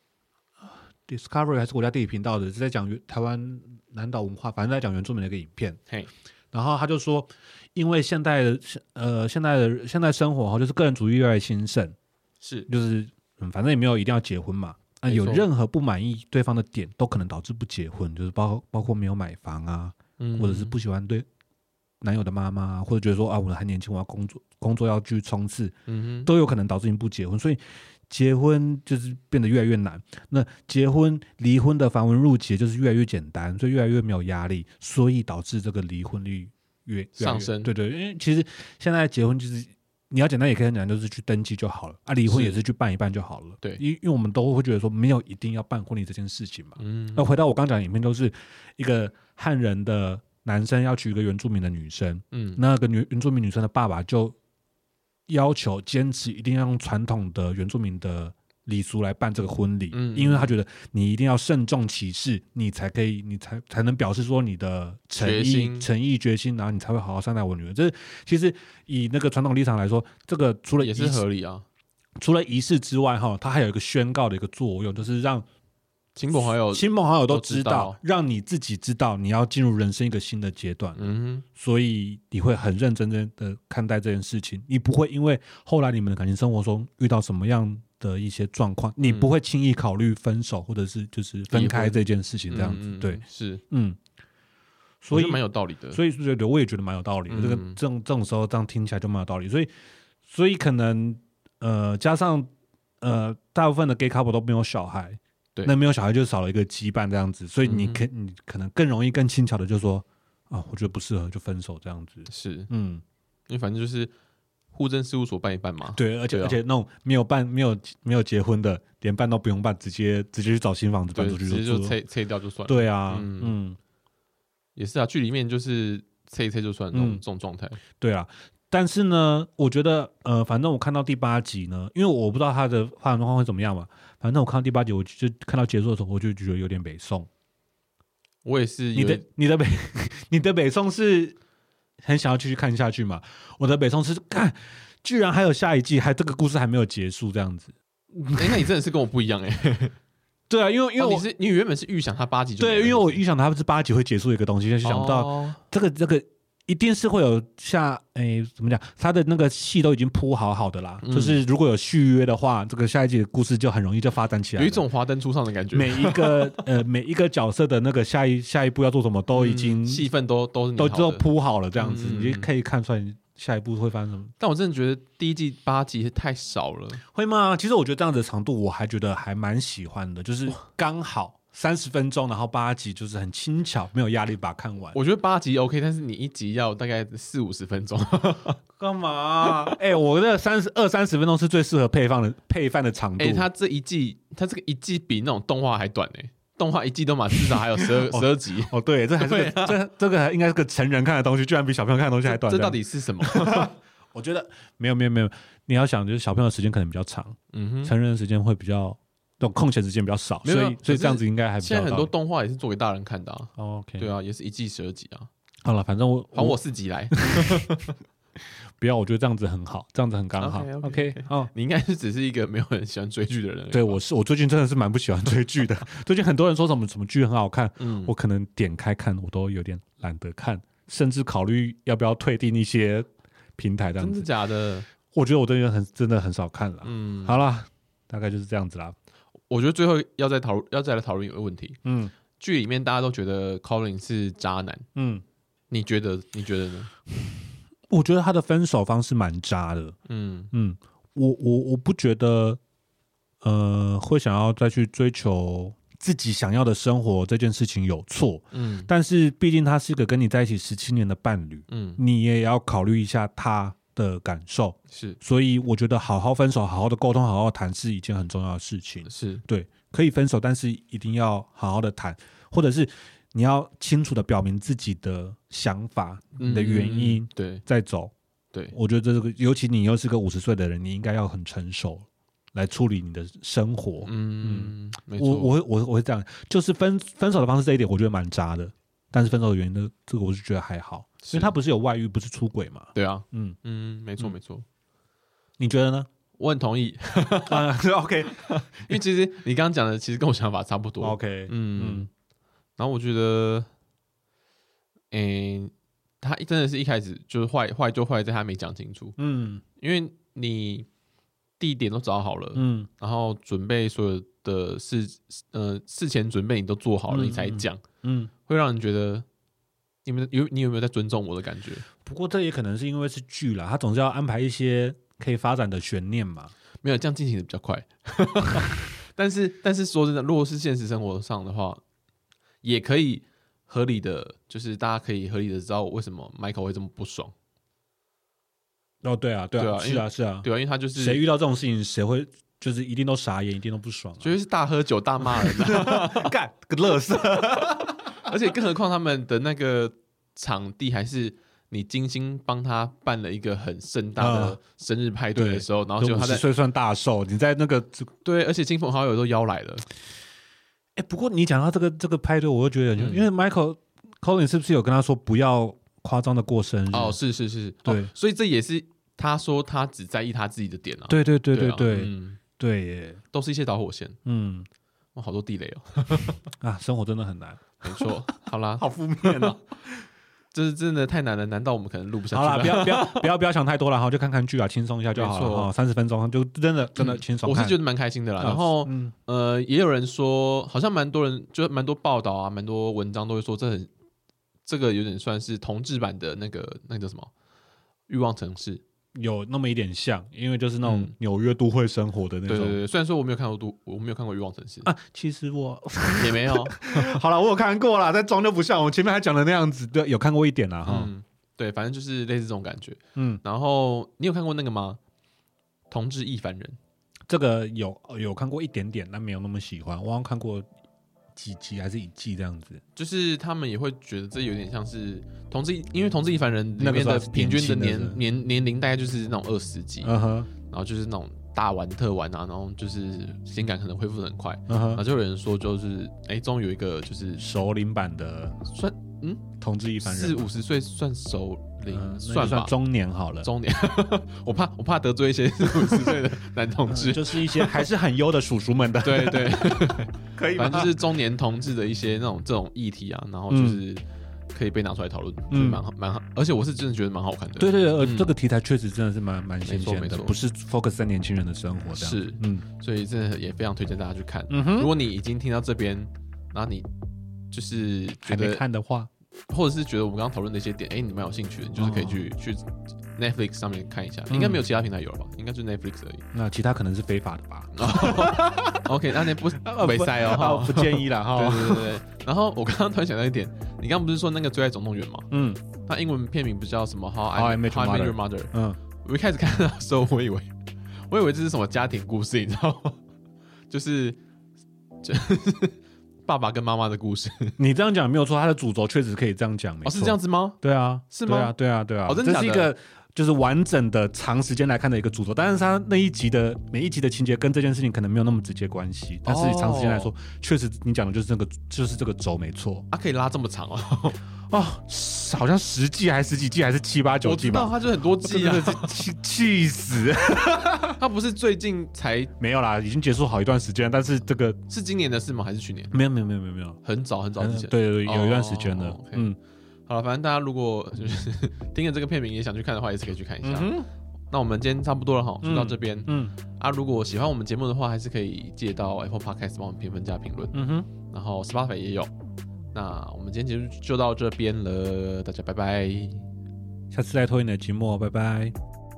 S2: Discovery 还是国家地理频道的，是在讲台湾南岛文化，反正在讲原住民的一个影片。嘿，然后他就说，因为现代的呃现代的现代生活就是个人主义越来越兴盛，
S1: 是
S2: 就是嗯，反正也没有一定要结婚嘛，啊，有任何不满意对方的点都可能导致不结婚，就是包包括没有买房啊，嗯、或者是不喜欢对男友的妈妈，或者觉得说啊我还年轻，我要工作工作要去冲刺，嗯、都有可能导致你不结婚，所以结婚就是变得越来越难。那结婚离婚的繁文缛节就是越来越简单，所以越来越没有压力，所以导致这个离婚率越, 越
S1: 上升。
S2: 对对，因为其实现在结婚就是你要简单也可以很简单，就是去登记就好了啊，离婚也是去办一办就好了。
S1: 对，
S2: 因为我们都会觉得说没有一定要办婚礼这件事情嘛。嗯，那回到我刚讲的影片，都是一个汉人的男生要娶一个原住民的女生，嗯，那个女原住民女生的爸爸就要求坚持一定要用传统的原住民的礼俗来办这个婚礼，嗯，因为他觉得你一定要慎重其事，你才可以，你才才能表示说你的诚意、诚意、决心，然后你才会好好善待我女儿。这其实以那个传统立场来说，这个除了
S1: 也是合理啊。
S2: 除了仪式之外，哈，它还有一个宣告的一个作用，就是让
S1: 亲朋好友
S2: 亲朋好友都知道，
S1: 都知道
S2: 让你自己知道你要进入人生一个新的阶段，嗯，所以你会很认真的看待这件事情，你不会因为后来你们的感情生活中遇到什么样的一些状况，你不会轻易考虑分手或者是就是分开这件事情这样子，嗯、对，
S1: 是，
S2: 嗯，所以
S1: 蛮有道理的，
S2: 所以对对，我也觉得蛮有道理的，嗯、这个这种这种时候这样听起来就蛮有道理，所以所以可能呃加上呃大部分的 gay couple 都没有小孩。那没有小孩就少了一个羁绊这样子，所以你可、嗯、你可能更容易更轻巧的就说啊，我觉得不适合就分手这样子。
S1: 是，嗯，因为反正就是户政事务所办一办嘛。
S2: 对，而且、啊、而且那种没有办没有没有结婚的，连办都不用办，直接直接去找新房子搬出去就，
S1: 直接就拆拆掉就算了。
S2: 对啊，嗯，嗯
S1: 也是啊，剧里面就是拆一拆就算那种、嗯、这种状态。
S2: 对啊。但是呢，我觉得，呃，反正我看到第八集呢，因为我不知道他的发展状况会怎么样嘛。反正我看到第八集，我就看到结束的时候，我就觉得有点北宋。
S1: 我也是，
S2: 你的你的北你的北宋是很想要继续看下去嘛？我的北宋是看，居然还有下一季，还这个故事还没有结束这样子。
S1: 哎、欸，那你真的是跟我不一样哎、欸。
S2: 对啊，因为因为我、
S1: 哦、你是你原本是预想他八集就
S2: 对，因为我预想他是八集会结束一个东西，就想不到、哦、这个这个。一定是会有下诶，怎么讲？他的那个戏都已经铺好好的啦、嗯，就是如果有续约的话，这个下一季的故事就很容易就发展起来。
S1: 有一种华灯初上的感觉。
S2: 每一个呃每一个角色的那个下一下一步要做什么，都已经
S1: 戏、嗯、份都都是
S2: 都都铺好了，这样子、嗯、你就可以看出来下一步会发生什么。
S1: 但我真的觉得第一季八集太少了，
S2: 会吗？其实我觉得这样子的长度我还觉得还蛮喜欢的，就是刚好。三十分钟，然后八集就是很轻巧，没有压力把它看完。
S1: 我觉得八集 OK， 但是你一集要大概四五十分钟，
S2: 干嘛、啊？哎、欸，我的三十二三十分钟是最适合配饭的配饭的长度。
S1: 哎、欸，它这一季，它这个一季比那种动画还短哎、欸，动画一季都嘛至少还有十二十二集。
S2: 哦，对，这还是个、啊、这这个应该是个成人看的东西，居然比小朋友看的东西还短。
S1: 这, 这到底是什么？
S2: 我觉得没有没有没有，你要想就是小朋友的时间可能比较长，嗯哼，成人的时间会比较。这种空闲时间比较少，所以所以这样子应该还比较。
S1: 现在很多动画也是做给大人看的啊。
S2: Oh, OK，
S1: 对啊，也是一季十二集啊。
S2: 好了，反正我
S1: 还我四集来。
S2: 不要，我觉得这样子很好，这样子很刚好。OK，, okay, okay 哦，
S1: 你应该是只是一个没有很喜欢追剧的人。
S2: 对，我是我最近真的是蛮不喜欢追剧的。最近很多人说什么什么剧很好看，嗯，我可能点开看，我都有点懒得看，甚至考虑要不要退订一些平台这样子。
S1: 真的假的？
S2: 我觉得我真的很真的很少看了。嗯，好啦，大概就是这样子啦。
S1: 我觉得最后要再讨论，要再来讨论一个问题。嗯，剧里面大家都觉得 Colin 是渣男。嗯，你觉得？你觉得呢？
S2: 我觉得他的分手方式蛮渣的。嗯嗯，我我我不觉得，呃，会想要再去追求自己想要的生活这件事情有错。嗯，但是毕竟他是一个跟你在一起十七年的伴侣。嗯，你也要考虑一下他的感受，
S1: 是，
S2: 所以我觉得好好分手，好好的沟通，好好谈是一件很重要的事情。
S1: 是，
S2: 对，可以分手，但是一定要好好的谈，或者是你要清楚的表明自己的想法、你的原因，
S1: 嗯、对，
S2: 再走。
S1: 对，
S2: 我觉得这个，尤其你又是个五十岁的人，你应该要很成熟来处理你的生活。
S1: 嗯，嗯没错，
S2: 我我会我我会这样，就是分分手的方式这一点，我觉得蛮渣的。但是分手的原因呢，这个我是觉得还好，因为他不是有外遇，不是出轨嘛。
S1: 对啊，嗯嗯，没错、嗯、没错。
S2: 你觉得呢？
S1: 我很同意。
S2: 啊 ，OK，
S1: 因为其实你刚刚讲的，其实跟我想法差不多。
S2: OK， 嗯嗯。
S1: 然后我觉得，诶、欸，他真的是一开始就是坏坏就坏在他没讲清楚。嗯，因为你地点都找好了，嗯，然后准备所有的事，呃，事前准备你都做好了，嗯、你才讲。嗯，会让人觉得你们有你有没有在尊重我的感觉？
S2: 不过这也可能是因为是剧啦，他总是要安排一些可以发展的悬念嘛。
S1: 没有，这样进行的比较快。但是但是说真的，如果是现实生活上的话，也可以合理的，就是大家可以合理的知道为什么 Michael 会这么不爽。
S2: 哦，对啊，对啊，对啊是啊，是啊，
S1: 对啊，因为他就是
S2: 谁遇到这种事情，谁会。就是一定都傻眼，一定都不爽、啊，
S1: 绝对是大喝酒、大骂人、啊，
S2: 干个垃圾。
S1: 而且更何况他们的那个场地还是你精心帮他办了一个很盛大的生日派对的时候，嗯、然后就他在
S2: 五十岁算大寿，你在那个
S1: 对，而且亲朋好友都邀来了。
S2: 哎、欸，不过你讲到这个这个派对，我就觉得、嗯，因为 Michael Colin 是不是有跟他说不要夸张的过生日？
S1: 哦，是是是，对，哦、所以这也是他说他只在意他自己的点啊。
S2: 对对对对对。对嗯对耶，
S1: 都是一些导火线。嗯， 哇，好多地雷哦！
S2: 啊，生活真的很难。
S1: 没错，好啦，
S2: 好负面哦。
S1: 这是真的太难了，难道我们可能录不下去了？
S2: 好啦，不要不要不要不要想太多了哈，就看看剧啊，轻松一下就好了。三十分钟就真的真的轻松、嗯。
S1: 我是觉得蛮开心的啦。然后、嗯、呃，也有人说，好像蛮多人，就蛮多报道啊，蛮多文章都会说，这很这个有点算是同志版的那个那个叫什么《欲望城市》。
S2: 有那么一点像，因为就是那种纽约都会生活的那种。
S1: 对对对，虽然说我没有看过都，我没有看过《欲望城市》
S2: 啊，其实我
S1: 也没有。
S2: 好了，我有看过啦，但装就不像我前面还讲的那样子。对，有看过一点啦哈、
S1: 嗯。对，反正就是类似这种感觉。嗯，然后你有看过那个吗？同志亦凡人，
S2: 这个有有看过一点点，但没有那么喜欢。我好像看过几集还是一季这样子。
S1: 就是他们也会觉得这有点像是同志，因为同志亦凡人里面的平均的年、那個、年年龄大概就是那种二十几，嗯哼，然后就是那种大玩特玩啊，然后就是性感可能恢复得很快，嗯哼，然后就有人说就是哎，终于有一个就是
S2: 熟龄版的
S1: 算。嗯，
S2: 同志亦凡人
S1: 四五十岁算熟龄、嗯，算吧，
S2: 算中年好了。
S1: 中年，我怕我怕得罪一些四五十岁的男同志、
S2: 嗯，就是一些还是很优的叔叔们的。
S1: 对对，
S2: 可以吧，
S1: 反正就是中年同志的一些那种这种议题啊，然后就是可以被拿出来讨论，嗯，蛮好蛮好，而且我是真的觉得蛮好看的。
S2: 对对对，嗯、这个题材确实真的是蛮蛮新鲜的，不是 focus 在年轻人的生活这样。
S1: 是，嗯，所以真的也非常推荐大家去看。嗯哼，如果你已经听到这边，然后你。就是觉得
S2: 还没看的话，
S1: 或者是觉得我们刚刚讨论的一些点，哎，你蛮有兴趣的，你就是可以去、哦、去 Netflix 上面看一下，应该没有其他平台有了吧？应该就是 Netflix 而已。
S2: 那其他可能是非法的吧、
S1: 哦、？OK， 那那不违塞哦，
S2: 不建议啦哈。
S1: 对对对对。然后我刚刚突然想到一点，你刚刚不是说那个《最爱总动员》吗？嗯，它英文片名不叫什么 How I Met Your Mother？ 嗯，我一开始看到的时候，我以为我以为这是什么家庭故事，你知道吗？就是就。爸爸跟妈妈的故事，
S2: 你这样讲没有错，他的主轴确实可以这样讲，没错。
S1: 哦，是这样子吗？
S2: 对啊，
S1: 是吗？
S2: 对啊，对啊，对啊。
S1: 哦，真的假的？
S2: 这是一个就是完整的长时间来看的一个主轴，但是他那一集的每一集的情节跟这件事情可能没有那么直接关系，但是长时间来说，确、哦、实你讲的就是这个就是这个轴没错。
S1: 啊，可以拉这么长哦。
S2: 哦，好像十季还是十几季还是七八九季吧？
S1: 我知道它就很多季啊，
S2: 气气死！
S1: 它不是最近才
S2: 没有啦，已经结束好一段时间，但是这个
S1: 是今年的事吗？还是去年？
S2: 没有没有没有没有没有，
S1: 很早很早之前。
S2: 对对对，有一段时间了。哦 okay、
S1: 嗯，好了，反正大家如果就是听了这个片名也想去看的话，也是可以去看一下。嗯、那我们今天差不多了哈，就到这边。嗯, 嗯啊，如果喜欢我们节目的话，还是可以记得到 Apple Podcast 帮我们评分加评论。嗯哼，然后 Spotify 也有。那我们今天节目就到这边了，大家拜拜，
S2: 下次再拖你的寂寞，拜拜。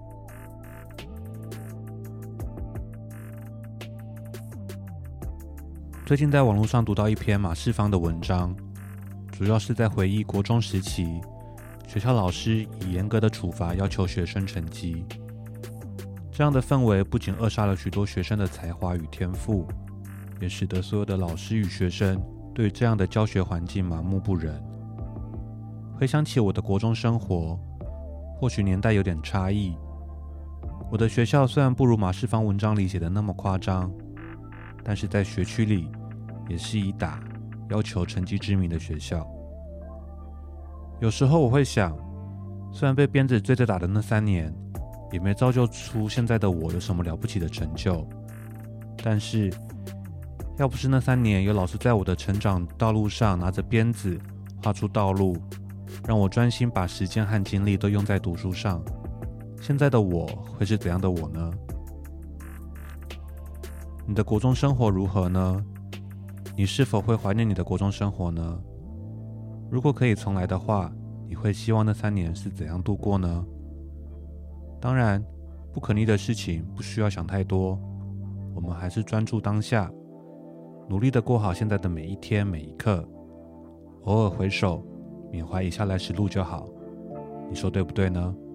S2: 最近在网络上读到一篇马世芳的文章，主要是在回忆国中时期学校老师以严格的处罚要求学生成绩，这样的氛围不仅扼杀了许多学生的才华与天赋，也使得所有的老师与学生对于这样的教学环境麻木不仁。回想起我的国中生活，或许年代有点差异。我的学校虽然不如马世芳文章里写的那么夸张，但是在学区里也是以打要求成绩知名的学校。有时候我会想，虽然被鞭子追着打的那三年也没造就出现在的我有什么了不起的成就，但是要不是那三年有老师在我的成长道路上拿着鞭子画出道路，让我专心把时间和精力都用在读书上，现在的我会是怎样的我呢？你的国中生活如何呢？你是否会怀念你的国中生活呢？如果可以重来的话，你会希望那三年是怎样度过呢？当然，不可逆的事情不需要想太多，我们还是专注当下，努力的过好现在的每一天每一刻，偶尔回首缅怀以下来时路就好。你说对不对呢？